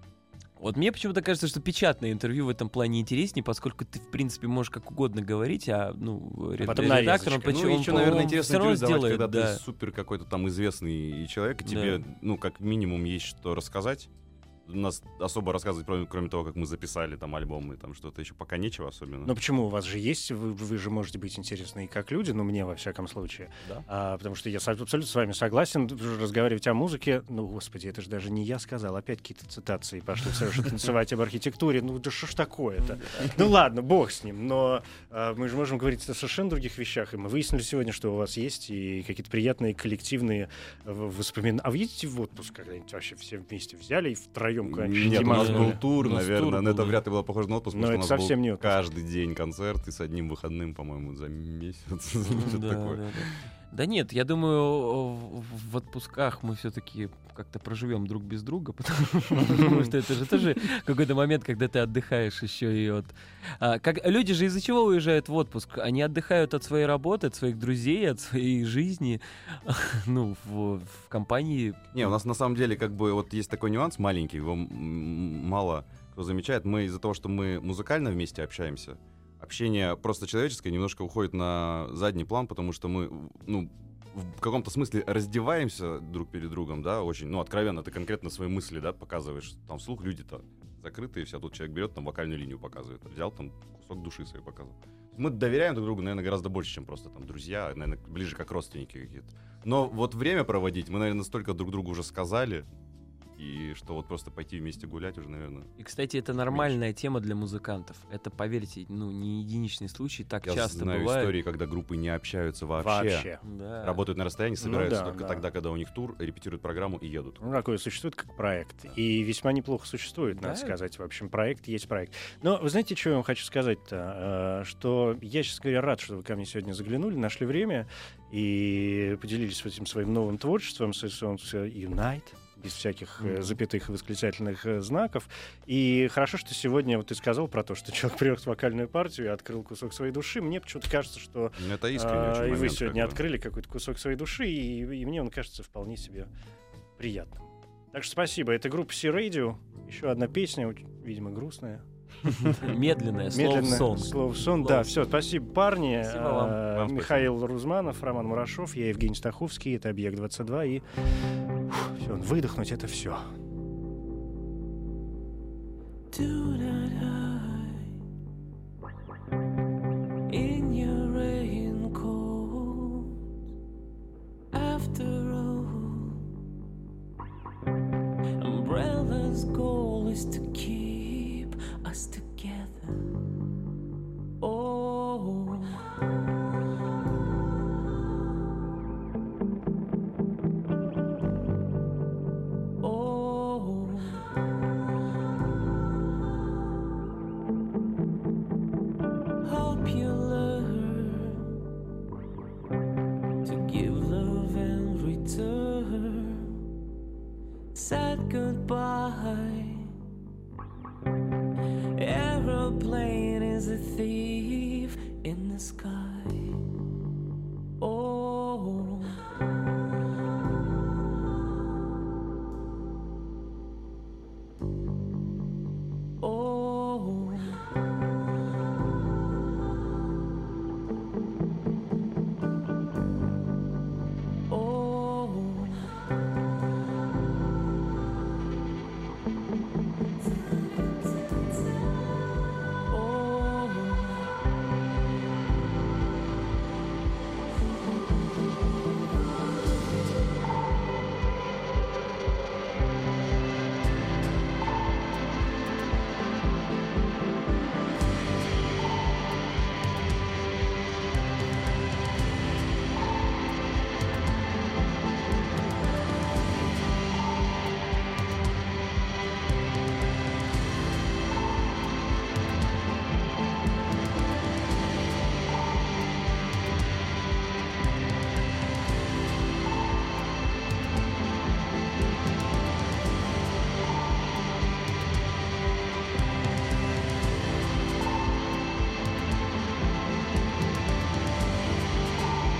[SPEAKER 3] Вот мне почему-то кажется, что печатное интервью в этом плане интереснее, поскольку ты, в принципе, можешь как угодно говорить, а, ну, ред-
[SPEAKER 2] потом
[SPEAKER 3] редактор, он,
[SPEAKER 2] нарезочка.
[SPEAKER 3] почему-
[SPEAKER 4] Ну,
[SPEAKER 3] он,
[SPEAKER 4] еще,
[SPEAKER 3] по-
[SPEAKER 4] наверное,
[SPEAKER 3] он
[SPEAKER 4] интересно
[SPEAKER 3] всё равно
[SPEAKER 4] интервью давать,
[SPEAKER 3] сделает,
[SPEAKER 4] когда
[SPEAKER 3] да.
[SPEAKER 4] ты супер какой-то там известный человек, и тебе,
[SPEAKER 3] Да.
[SPEAKER 4] ну, как минимум есть что рассказать. У нас особо рассказывать, кроме, кроме того, как мы записали там альбом и там что-то еще пока нечего особенно.
[SPEAKER 2] Но почему? У вас же есть, вы, вы же можете быть интересны и как люди, ну, мне, во всяком случае.
[SPEAKER 4] Да.
[SPEAKER 2] А, потому что я со- абсолютно с вами согласен, разговаривать о музыке, ну, господи, это же даже не я сказал, опять какие-то цитации пошли, совершенно танцевать об архитектуре, ну, да что ж такое-то? Ну, ладно, бог с ним, но а, мы же можем говорить о совершенно других вещах, и мы выяснили сегодня, что у вас есть и какие-то приятные коллективные в- воспоминания. А вы едете в отпуск когда-нибудь вообще все вместе взяли и втроем куда-нибудь?
[SPEAKER 4] Нет, у нас
[SPEAKER 3] Диман,
[SPEAKER 4] был
[SPEAKER 3] да.
[SPEAKER 4] тур,
[SPEAKER 3] У нас
[SPEAKER 4] наверное,
[SPEAKER 3] тур
[SPEAKER 4] но это
[SPEAKER 3] был,
[SPEAKER 4] вряд ли было похоже на отпуск,
[SPEAKER 2] Но
[SPEAKER 4] потому
[SPEAKER 2] это
[SPEAKER 4] что у нас
[SPEAKER 2] совсем
[SPEAKER 4] был
[SPEAKER 2] не отпуск.
[SPEAKER 4] каждый день концерт и с одним выходным, по-моему, за месяц. Что-то
[SPEAKER 3] Да,
[SPEAKER 4] такое.
[SPEAKER 3] да, да. Да нет, я думаю, в в отпусках мы все-таки как-то проживем друг без друга, потому что это же тоже какой-то момент, когда ты отдыхаешь еще и от... А, как, люди же из-за чего уезжают в отпуск? Они отдыхают от своей работы, от своих друзей, от своей жизни, ну, в, в компании.
[SPEAKER 4] Не, у нас на самом деле как бы вот есть такой нюанс маленький, его м- мало кто замечает. Мы из-за того, что мы музыкально вместе общаемся, общение просто человеческое немножко уходит на задний план, потому что мы, ну, в каком-то смысле раздеваемся друг перед другом, да, очень, ну, откровенно, ты конкретно свои мысли, да, показываешь, там вслух люди-то закрытые все, тут человек берет, там, вокальную линию показывает, взял там кусок души своей показывал. Мы доверяем друг другу, наверное, гораздо больше, чем просто там друзья, наверное, ближе как родственники какие-то. Но вот время проводить, мы, наверное, столько друг другу уже сказали, и что вот просто пойти вместе гулять уже, наверное...
[SPEAKER 3] И, кстати, это нормальная меньше. Тема для музыкантов. Это, поверьте, ну, не единичный случай, так
[SPEAKER 4] Я
[SPEAKER 3] часто
[SPEAKER 4] знаю
[SPEAKER 3] бывает.
[SPEAKER 4] истории, когда группы не общаются вообще.
[SPEAKER 2] Вообще.
[SPEAKER 3] Да.
[SPEAKER 4] Работают на расстоянии, собираются
[SPEAKER 2] Ну да,
[SPEAKER 4] только
[SPEAKER 2] да.
[SPEAKER 4] тогда, когда у них тур, репетируют программу и едут.
[SPEAKER 2] Ну, такое существует как проект. И весьма неплохо существует, надо
[SPEAKER 3] Да.
[SPEAKER 2] сказать. В общем, проект есть проект. Но вы знаете, что я вам хочу сказать-то? Э, Что я, честно говоря, рад, что вы ко мне сегодня заглянули, нашли время и поделились этим своим новым творчеством Songs Unite, без всяких э, запятых и восклицательных э, знаков. И хорошо, что сегодня вот ты сказал про то, что человек привез вокальную партию и открыл кусок своей души. Мне почему-то кажется, что
[SPEAKER 4] Ну, это искренне
[SPEAKER 2] а,
[SPEAKER 4] очень
[SPEAKER 2] и вы
[SPEAKER 4] момент,
[SPEAKER 2] сегодня
[SPEAKER 4] как бы.
[SPEAKER 2] открыли какой-то кусок своей души, и, и мне он кажется вполне себе приятным. Так что спасибо. Это группа C-Radio. Еще одна песня, очень, видимо, грустная.
[SPEAKER 3] Медленное, слово в
[SPEAKER 2] Медленно.
[SPEAKER 3] сон.
[SPEAKER 2] Слово в сон.
[SPEAKER 3] Слово
[SPEAKER 2] Да,
[SPEAKER 3] в
[SPEAKER 2] все. Спасибо, парни.
[SPEAKER 3] Спасибо вам.
[SPEAKER 2] А,
[SPEAKER 4] Вам спасибо.
[SPEAKER 2] Михаил Рузманов, Роман Мурашов, я Евгений Стаховский. Это «Объект двадцать два». И все, выдохнуть — это все.
[SPEAKER 5] Do not hide in your raincoat. After all, umbrella's goal is to keep us together. Oh, oh. Hope you learn to give love and return. Said goodbye. Aeroplane is a thief in the sky. Oh. Oh. Oh.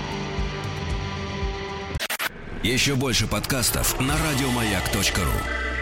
[SPEAKER 1] Еще больше подкастов на радиомаяк точка ру.